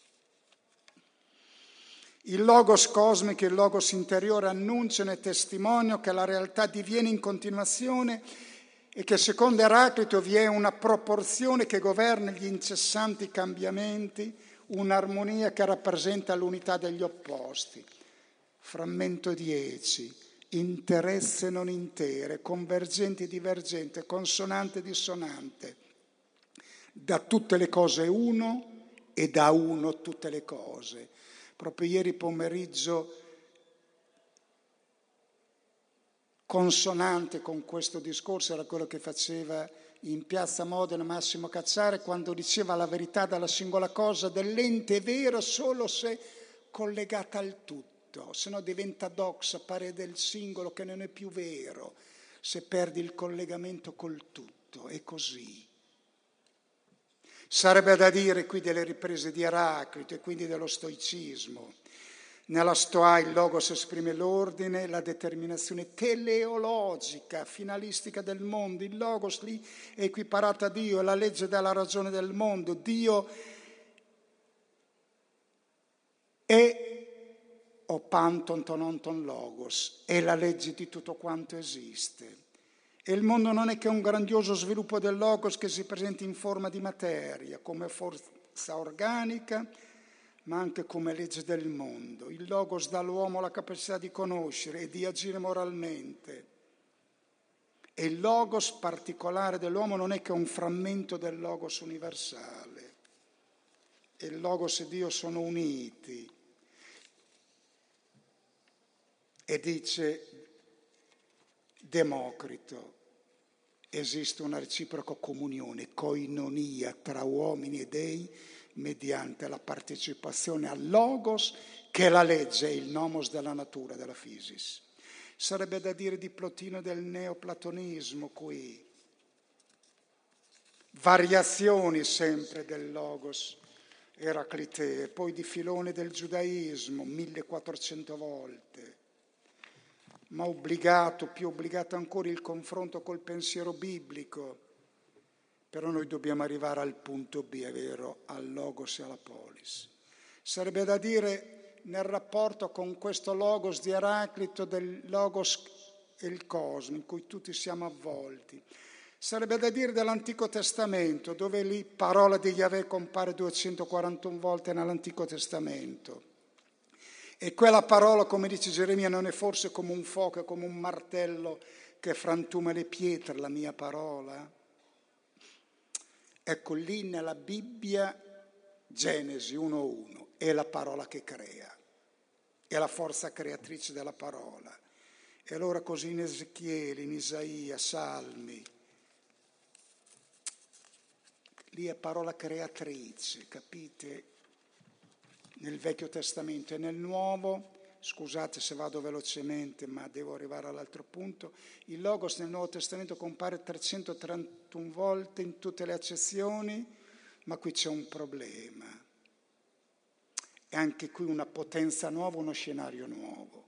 Il logos cosmico e il logos interiore annunciano e testimoniano che la realtà diviene in continuazione e che secondo Eraclito vi è una proporzione che governa gli incessanti cambiamenti, un'armonia che rappresenta l'unità degli opposti. Frammento dieci. Interesse non intere, convergente e divergente, consonante e dissonante. Da tutte le cose uno e da uno tutte le cose. Proprio ieri pomeriggio, consonante con questo discorso, era quello che faceva in piazza Modena Massimo Cacciare quando diceva la verità dalla singola cosa dell'ente è vero solo se collegata al tutto. Se no diventa doxa, pare del singolo che non è più vero, se perdi il collegamento col tutto. È così. Sarebbe da dire qui delle riprese di Eraclito e quindi dello stoicismo. Nella Stoa il logos esprime l'ordine, la determinazione teleologica, finalistica del mondo. Il logos lì è equiparato a Dio, è la legge della ragione del mondo. Dio è o panton tononton logos, è la legge di tutto quanto esiste. E il mondo non è che un grandioso sviluppo del logos che si presenta in forma di materia, come forza organica, ma anche come legge del mondo. Il logos dà all'uomo la capacità di conoscere e di agire moralmente. E il logos particolare dell'uomo non è che un frammento del logos universale. E il logos e Dio sono uniti. E dice Democrito, esiste una reciproca comunione, koinonia tra uomini e dei mediante la partecipazione al logos, che è la legge, il nomos della natura, della physis. Sarebbe da dire di Plotino del neoplatonismo qui. Variazioni sempre del logos eraclitee, poi di Filone del giudaismo, millequattrocento volte, ma obbligato, più obbligato ancora il confronto col pensiero biblico. Però noi dobbiamo arrivare al punto B, è vero, al logos e alla polis. Sarebbe da dire nel rapporto con questo logos di Eraclito del logos e il cosmo, in cui tutti siamo avvolti. Sarebbe da dire dell'Antico Testamento, dove lì parola di Yahweh compare duecentoquarantuno volte nell'Antico Testamento. E quella parola, come dice Geremia, non è forse come un fuoco, è come un martello che frantuma le pietre, la mia parola? Ecco, lì nella Bibbia, Genesi uno uno, è la parola che crea, è la forza creatrice della parola. E allora così in Ezechiele, in Isaia, Salmi, lì è parola creatrice, capite? Nel Vecchio Testamento e nel Nuovo, scusate se vado velocemente, ma devo arrivare all'altro punto, il Logos nel Nuovo Testamento compare trecentotrentuno volte in tutte le accezioni, ma qui c'è un problema. E anche qui una potenza nuova, uno scenario nuovo.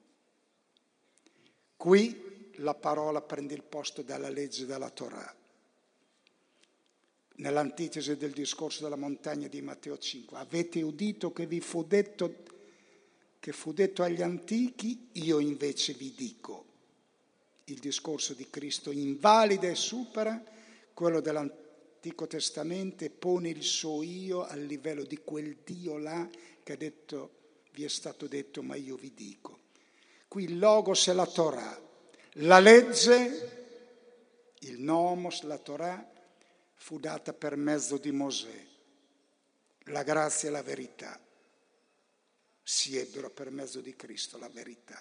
Qui la parola prende il posto della legge della Torah. Nell'antitesi del discorso della montagna di Matteo cinque, avete udito che vi fu detto, che fu detto agli antichi, io invece vi dico. Il discorso di Cristo invalida e supera quello dell'Antico Testamento e pone il suo io al livello di quel Dio là che ha detto, vi è stato detto, ma io vi dico. Qui il Logos è la Torah, la legge, il Nomos, la Torah, fu data per mezzo di Mosè. La grazia e la verità si ebbero per mezzo di Cristo, la verità.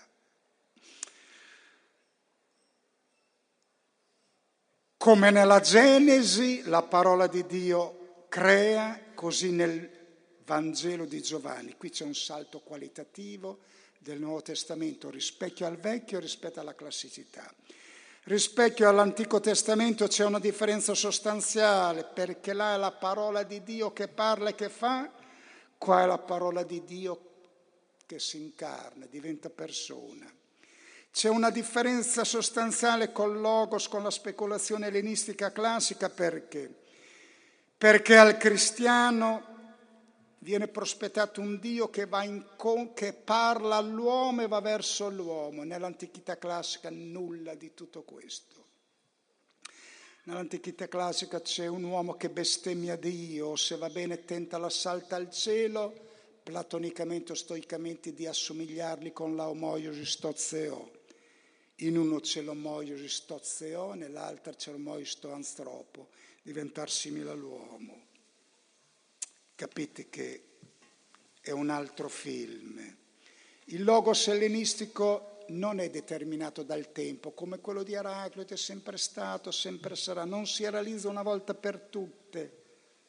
Come nella Genesi la parola di Dio crea, così nel Vangelo di Giovanni. Qui c'è un salto qualitativo del Nuovo Testamento rispetto al Vecchio, rispetto alla classicità. Rispetto all'Antico Testamento c'è una differenza sostanziale, perché là è la parola di Dio che parla e che fa, qua è la parola di Dio che si incarna, diventa persona. C'è una differenza sostanziale col Logos, con la speculazione ellenistica classica, perché? Perché al cristiano viene prospettato un Dio che, va in con, che parla all'uomo e va verso l'uomo. Nell'antichità classica nulla di tutto questo. Nell'antichità classica c'è un uomo che bestemmia Dio, se va bene tenta l'assalto al cielo, platonicamente o stoicamente di assomigliarli con la homoiosi stozeo. In uno c'è l'homoiosi stozeo, nell'altro c'è l'homoiosi stoanthropo, diventare simile all'uomo. Capite che è un altro film. Il logos ellenistico non è determinato dal tempo, come quello di Eraclito è sempre stato, sempre sarà, non si realizza una volta per tutte.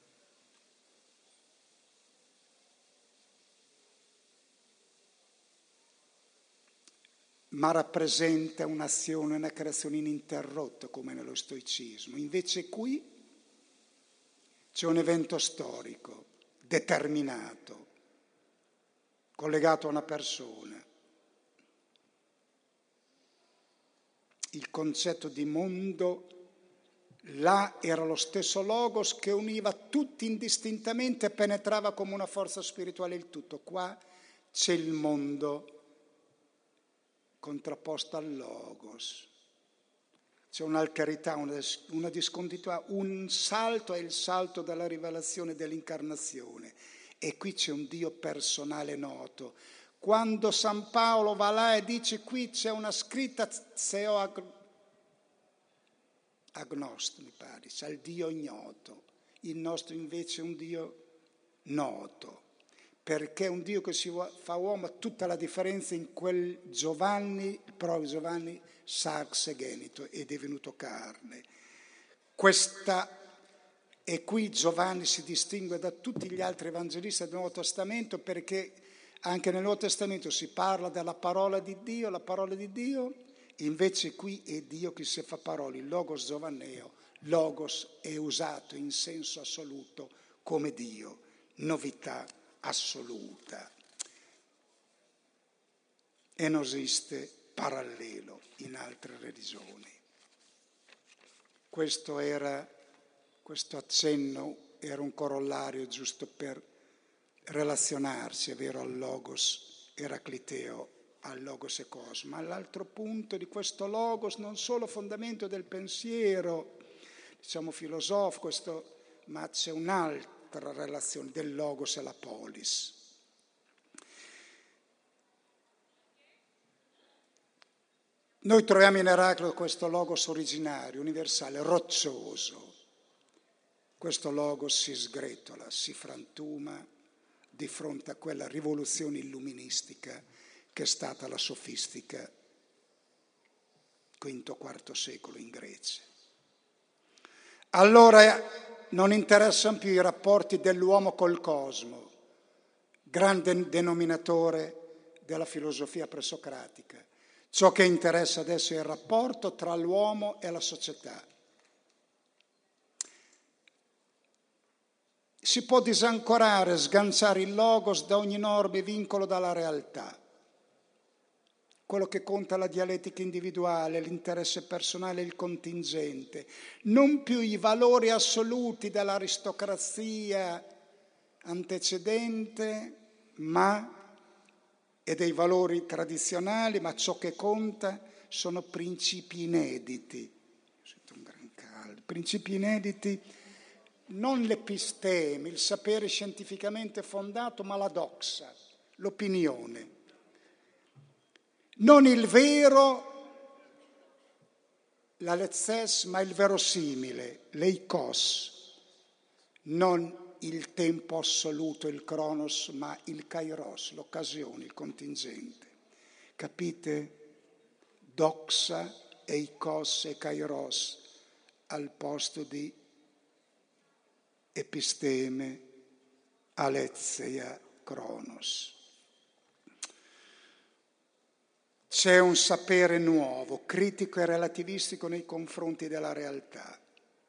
Ma rappresenta un'azione, una creazione ininterrotta come nello stoicismo. Invece qui c'è un evento storico determinato, collegato a una persona. Il concetto di mondo là era lo stesso logos che univa tutti indistintamente e penetrava come una forza spirituale il tutto. Qua c'è il mondo contrapposto al logos. C'è un'alterità, una, una discontinuità, un salto è il salto dalla rivelazione dell'incarnazione. E qui c'è un Dio personale noto. Quando San Paolo va là e dice qui c'è una scritta Zeo agnost, mi pare, c'è il Dio ignoto. Il nostro invece è un Dio noto. Perché un Dio che si fa uomo ha tutta la differenza in quel Giovanni, proprio Giovanni sarx egenito, è divenuto carne. Questa, e qui Giovanni si distingue da tutti gli altri evangelisti del Nuovo Testamento, perché anche nel Nuovo Testamento si parla della parola di Dio, la parola di Dio, invece qui è Dio che si fa parola, il logos giovanneo, logos è usato in senso assoluto come Dio, novità assoluta. E non esiste parallelo in altre religioni. Questo era, questo accenno era un corollario giusto per relazionarsi, è vero, al logos eracliteo, al logos e cosmo. Ma l'altro punto di questo logos, non solo fondamento del pensiero, diciamo filosofico, questo, ma c'è un'altra relazione del logos e la polis. Noi troviamo in Eraclito questo logos originario, universale, roccioso. Questo logos si sgretola, si frantuma di fronte a quella rivoluzione illuministica che è stata la sofistica quinto quarto secolo in Grecia. Allora non interessano più i rapporti dell'uomo col cosmo, grande denominatore della filosofia presocratica. Ciò che interessa adesso è il rapporto tra l'uomo e la società. Si può disancorare, sganciare il logos da ogni norma e vincolo dalla realtà. Quello che conta è la dialettica individuale, l'interesse personale e il contingente, non più i valori assoluti dell'aristocrazia antecedente, ma e dei valori tradizionali, ma ciò che conta sono principi inediti. Sento un gran caldo. Principi inediti, non l'episteme, il sapere scientificamente fondato, ma la doxa, l'opinione. Non il vero, la lezes, ma il verosimile, l'eikos. Non il tempo assoluto, il cronos, ma il kairos, l'occasione, il contingente. Capite? Doxa, eikos e kairos al posto di episteme, aletheia, cronos. C'è un sapere nuovo, critico e relativistico nei confronti della realtà.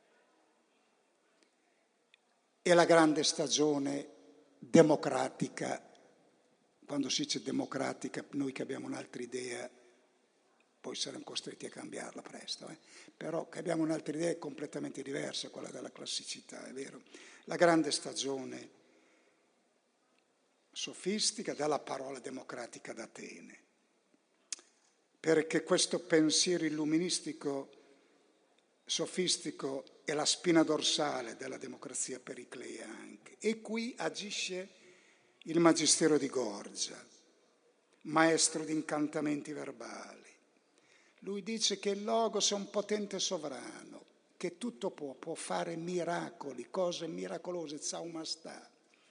E la grande stagione democratica, quando si dice democratica, noi che abbiamo un'altra idea, poi saremo costretti a cambiarla presto, eh? Però che abbiamo un'altra idea completamente diversa, quella della classicità, è vero. La grande stagione sofistica della parola democratica d'Atene, perché questo pensiero illuministico sofistico è la spina dorsale della democrazia periclea anche. E qui agisce il magistero di Gorgia, maestro di incantamenti verbali. Lui dice che il Logos è un potente sovrano, che tutto può, può fare miracoli, cose miracolose, zaumastà,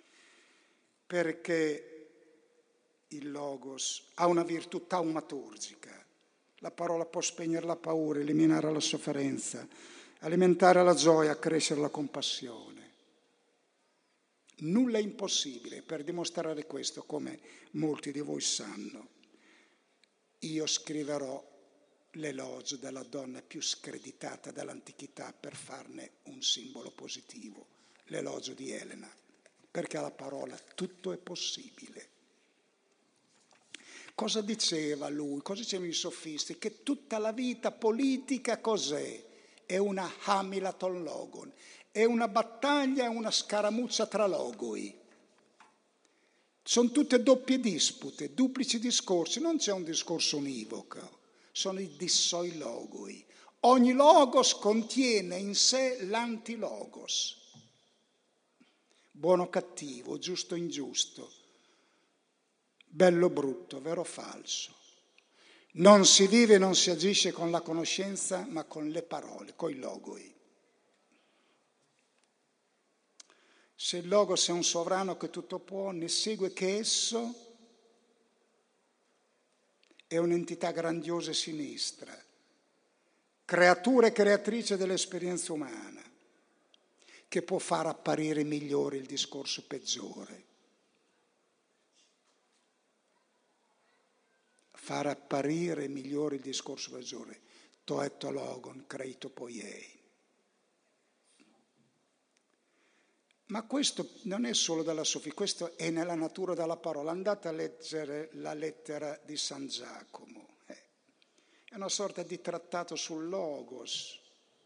perché il Logos ha una virtù taumaturgica. La parola può spegnere la paura, eliminare la sofferenza, alimentare la gioia, accrescere la compassione. Nulla è impossibile. Per dimostrare questo, come molti di voi sanno, io scriverò l'elogio della donna più screditata dell'antichità per farne un simbolo positivo, l'elogio di Elena, perché alla parola tutto è possibile. Cosa diceva lui? Cosa dicevano i sofisti? Che tutta la vita politica cos'è? È una hamilaton logon, è una battaglia, è una scaramuccia tra logoi. Sono tutte doppie dispute, duplici discorsi, non c'è un discorso univoco, sono i dissoi logoi. Ogni logos contiene in sé l'antilogos, buono o cattivo, giusto o ingiusto, bello o brutto, vero o falso. Non si vive e non si agisce con la conoscenza, ma con le parole, con i logoi. Se il logos è un sovrano che tutto può, ne segue che esso è un'entità grandiosa e sinistra, creatura e creatrice dell'esperienza umana, che può far apparire migliore il discorso peggiore. Far apparire migliore il discorso peggiore. To etto logon, creito poiei. Ma questo non è solo dalla sofia, questo è nella natura della parola. Andate a leggere la lettera di San Giacomo. È una sorta di trattato sul logos.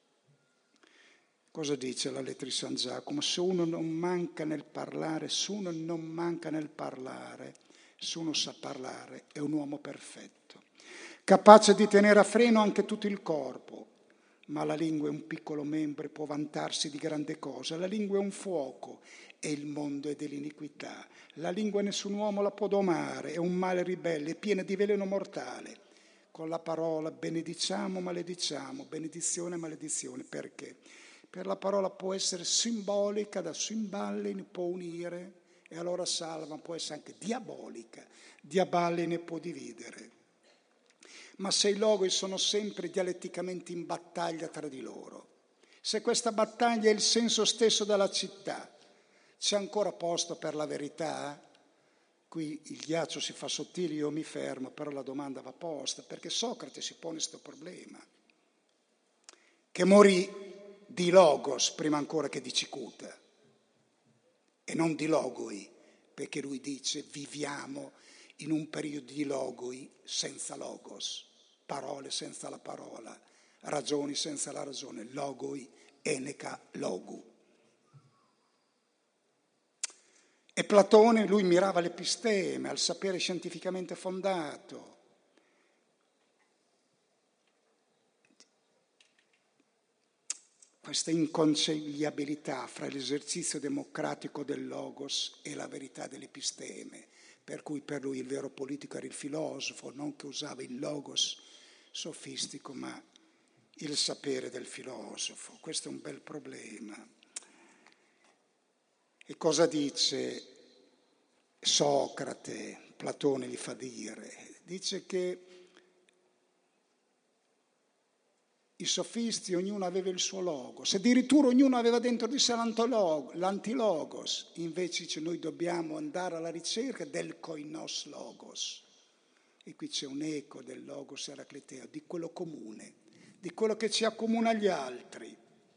Cosa dice la lettera di San Giacomo? Se uno non manca nel parlare, se uno non manca nel parlare, se uno sa parlare, è un uomo perfetto, capace di tenere a freno anche tutto il corpo. Ma la lingua è un piccolo membro e può vantarsi di grande cosa. La lingua è un fuoco e il mondo è dell'iniquità. La lingua nessun uomo la può domare, è un male ribelle, è piena di veleno mortale. Con la parola benediciamo, malediciamo, benedizione, maledizione. Perché? Per la parola può essere simbolica, da simballine può unire, e allora salva, può essere anche diabolica, diaballine può dividere. Ma se i logoi sono sempre dialetticamente in battaglia tra di loro, se questa battaglia è il senso stesso della città, c'è ancora posto per la verità? Qui il ghiaccio si fa sottile, io mi fermo, però la domanda va posta, perché Socrate si pone questo problema, che morì di logos prima ancora che di cicuta, e non di logoi, perché lui dice viviamo in un periodo di logoi senza logos, parole senza la parola, ragioni senza la ragione, logoi, eneca, logu. E Platone, lui mirava all'episteme, al sapere scientificamente fondato. Questa inconciliabilità fra l'esercizio democratico del logos e la verità dell'episteme, per cui per lui il vero politico era il filosofo, non che usava il logos sofistico, ma il sapere del filosofo. Questo è un bel problema. E cosa dice Socrate? Platone gli fa dire. Dice che i sofisti, ognuno aveva il suo logos, addirittura ognuno aveva dentro di sé l'antilogos. Invece dice, noi dobbiamo andare alla ricerca del koinos logos. E qui c'è un eco del logos eracliteo, di quello comune, di quello che ci accomuna agli altri.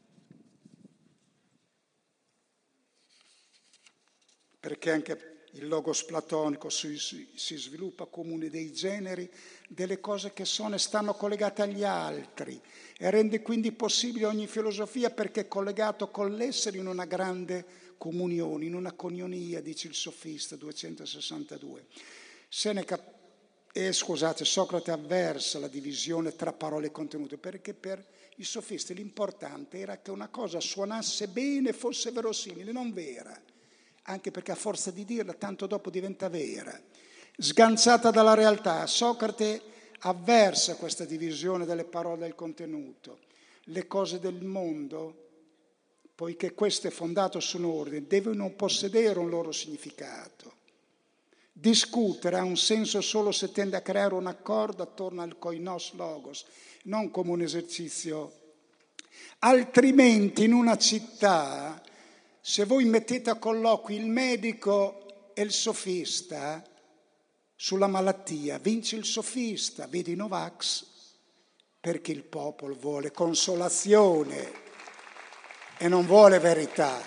Perché anche il logos platonico si, si, si sviluppa comune dei generi, delle cose che sono e stanno collegate agli altri, e rende quindi possibile ogni filosofia perché è collegato con l'essere in una grande comunione, in una conionia, dice il sofista duecentosessantadue. Seneca, eh, scusate, Socrate avversa la divisione tra parole e contenuto, perché per i sofisti l'importante era che una cosa suonasse bene, fosse verosimile, non vera, anche perché a forza di dirla tanto dopo diventa vera, sganciata dalla realtà. Socrate avversa questa divisione delle parole e del contenuto. Le cose del mondo, poiché questo è fondato su un ordine, devono possedere un loro significato. Discutere ha un senso solo se tende a creare un accordo attorno al koinos logos, non come un esercizio. Altrimenti in una città, se voi mettete a colloquio il medico e il sofista sulla malattia, vince il sofista, vedi i Novax, perché il popolo vuole consolazione e non vuole verità.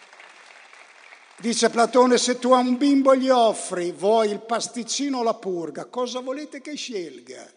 Dice Platone, se tu a un bimbo gli offri, vuoi il pasticcino o la purga, cosa volete che scelga?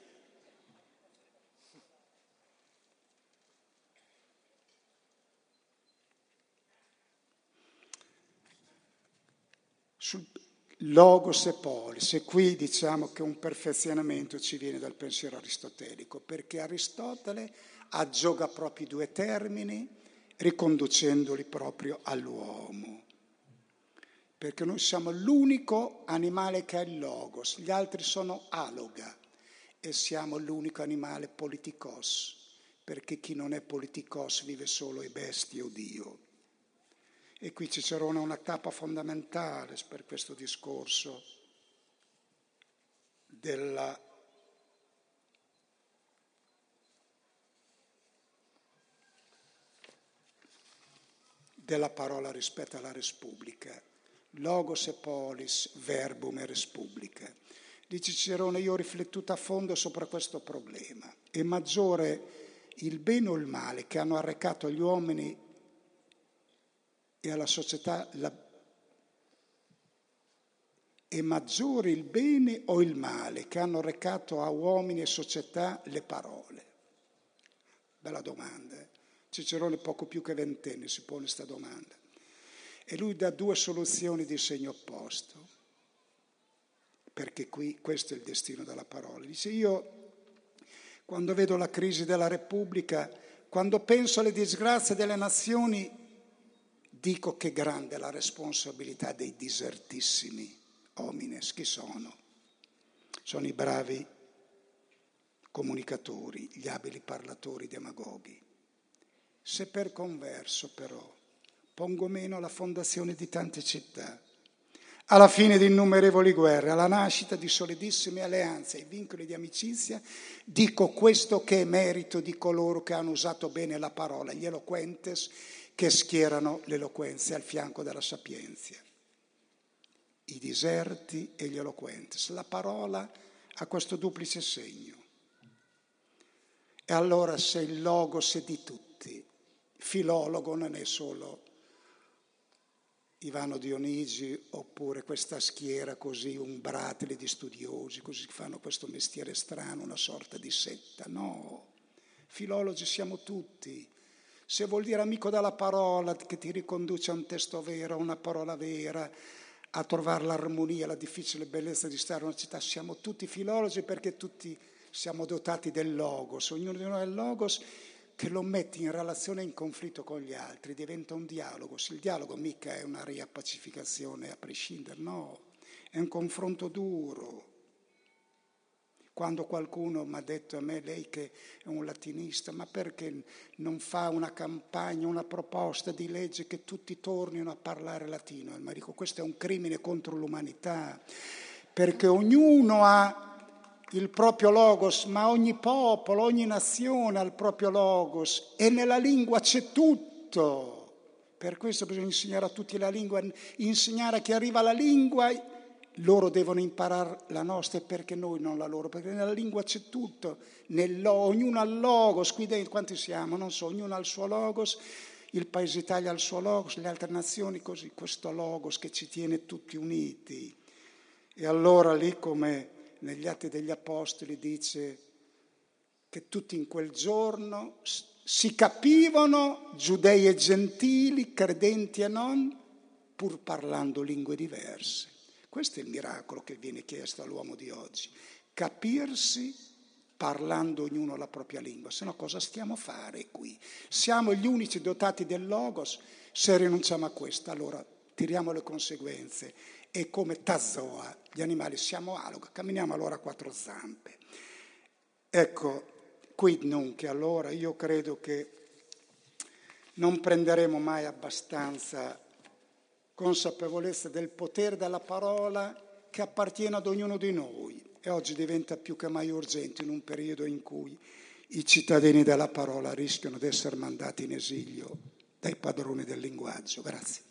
Sul logos e polis, e qui diciamo che un perfezionamento ci viene dal pensiero aristotelico, perché Aristotele aggioga proprio i due termini, riconducendoli proprio all'uomo. Perché noi siamo l'unico animale che ha il logos, gli altri sono aloga, e siamo l'unico animale politikos, perché chi non è politikos vive solo e bestie o Dio. E qui Cicerone ha una tappa fondamentale per questo discorso della della parola rispetto alla res publica. Logos e polis, verbum e res publica. Dice Cicerone, io ho riflettuto a fondo sopra questo problema. È maggiore il bene o il male che hanno arrecato agli uomini e alla società, la... è maggiore il bene o il male che hanno arrecato a uomini e società le parole? Bella domanda. Eh? Cicerone poco più che ventenne si pone questa domanda. E lui dà due soluzioni di segno opposto, perché qui questo è il destino della parola. Dice, io quando vedo la crisi della Repubblica, quando penso alle disgrazie delle nazioni, dico che grande la responsabilità dei disertissimi homines. Chi sono? Sono i bravi comunicatori, gli abili parlatori, demagoghi. Se per converso però pongo meno alla fondazione di tante città, alla fine di innumerevoli guerre, alla nascita di solidissime alleanze e vincoli di amicizia, dico questo che è merito di coloro che hanno usato bene la parola, gli eloquentes che schierano l'eloquenza al fianco della sapienza. I diserti e gli eloquentes. La parola ha questo duplice segno. E allora se il logos è di tutti, filologo non è solo Ivano Dionigi oppure questa schiera così umbratile di studiosi, così fanno questo mestiere strano, una sorta di setta. No, filologi siamo tutti. Se vuol dire amico della parola che ti riconduce a un testo vero, a una parola vera, a trovare l'armonia, la difficile bellezza di stare in una città, siamo tutti filologi perché tutti siamo dotati del logos, ognuno di noi ha il logos che lo metti in relazione e in conflitto con gli altri, diventa un dialogo. Il dialogo mica è una riappacificazione a prescindere, no, è un confronto duro. Quando qualcuno mi ha detto a me, lei che è un latinista, ma perché non fa una campagna, una proposta di legge che tutti tornino a parlare latino? Ma dico, questo è un crimine contro l'umanità, perché ognuno ha il proprio logos, ma ogni popolo, ogni nazione ha il proprio logos e nella lingua c'è tutto. Per questo bisogna insegnare a tutti la lingua, insegnare a chi arriva la lingua, loro devono imparare la nostra perché noi non la loro, perché nella lingua c'è tutto, nel, ognuno ha il logos, qui dentro quanti siamo, non so, ognuno ha il suo logos, il Paese Italia ha il suo logos, le altre nazioni così, questo logos che ci tiene tutti uniti. E allora lì come negli Atti degli Apostoli dice che tutti in quel giorno si capivano, giudei e gentili, credenti e non, pur parlando lingue diverse. Questo è il miracolo che viene chiesto all'uomo di oggi, capirsi parlando ognuno la propria lingua, se no cosa stiamo a fare qui? Siamo gli unici dotati del logos, se rinunciamo a questo allora tiriamo le conseguenze. E come Tazoa, gli animali siamo aloghi, camminiamo allora a quattro zampe. Ecco, quid nunc, allora io credo che non prenderemo mai abbastanza consapevolezza del potere della parola che appartiene ad ognuno di noi e oggi diventa più che mai urgente in un periodo in cui i cittadini della parola rischiano di essere mandati in esilio dai padroni del linguaggio. Grazie.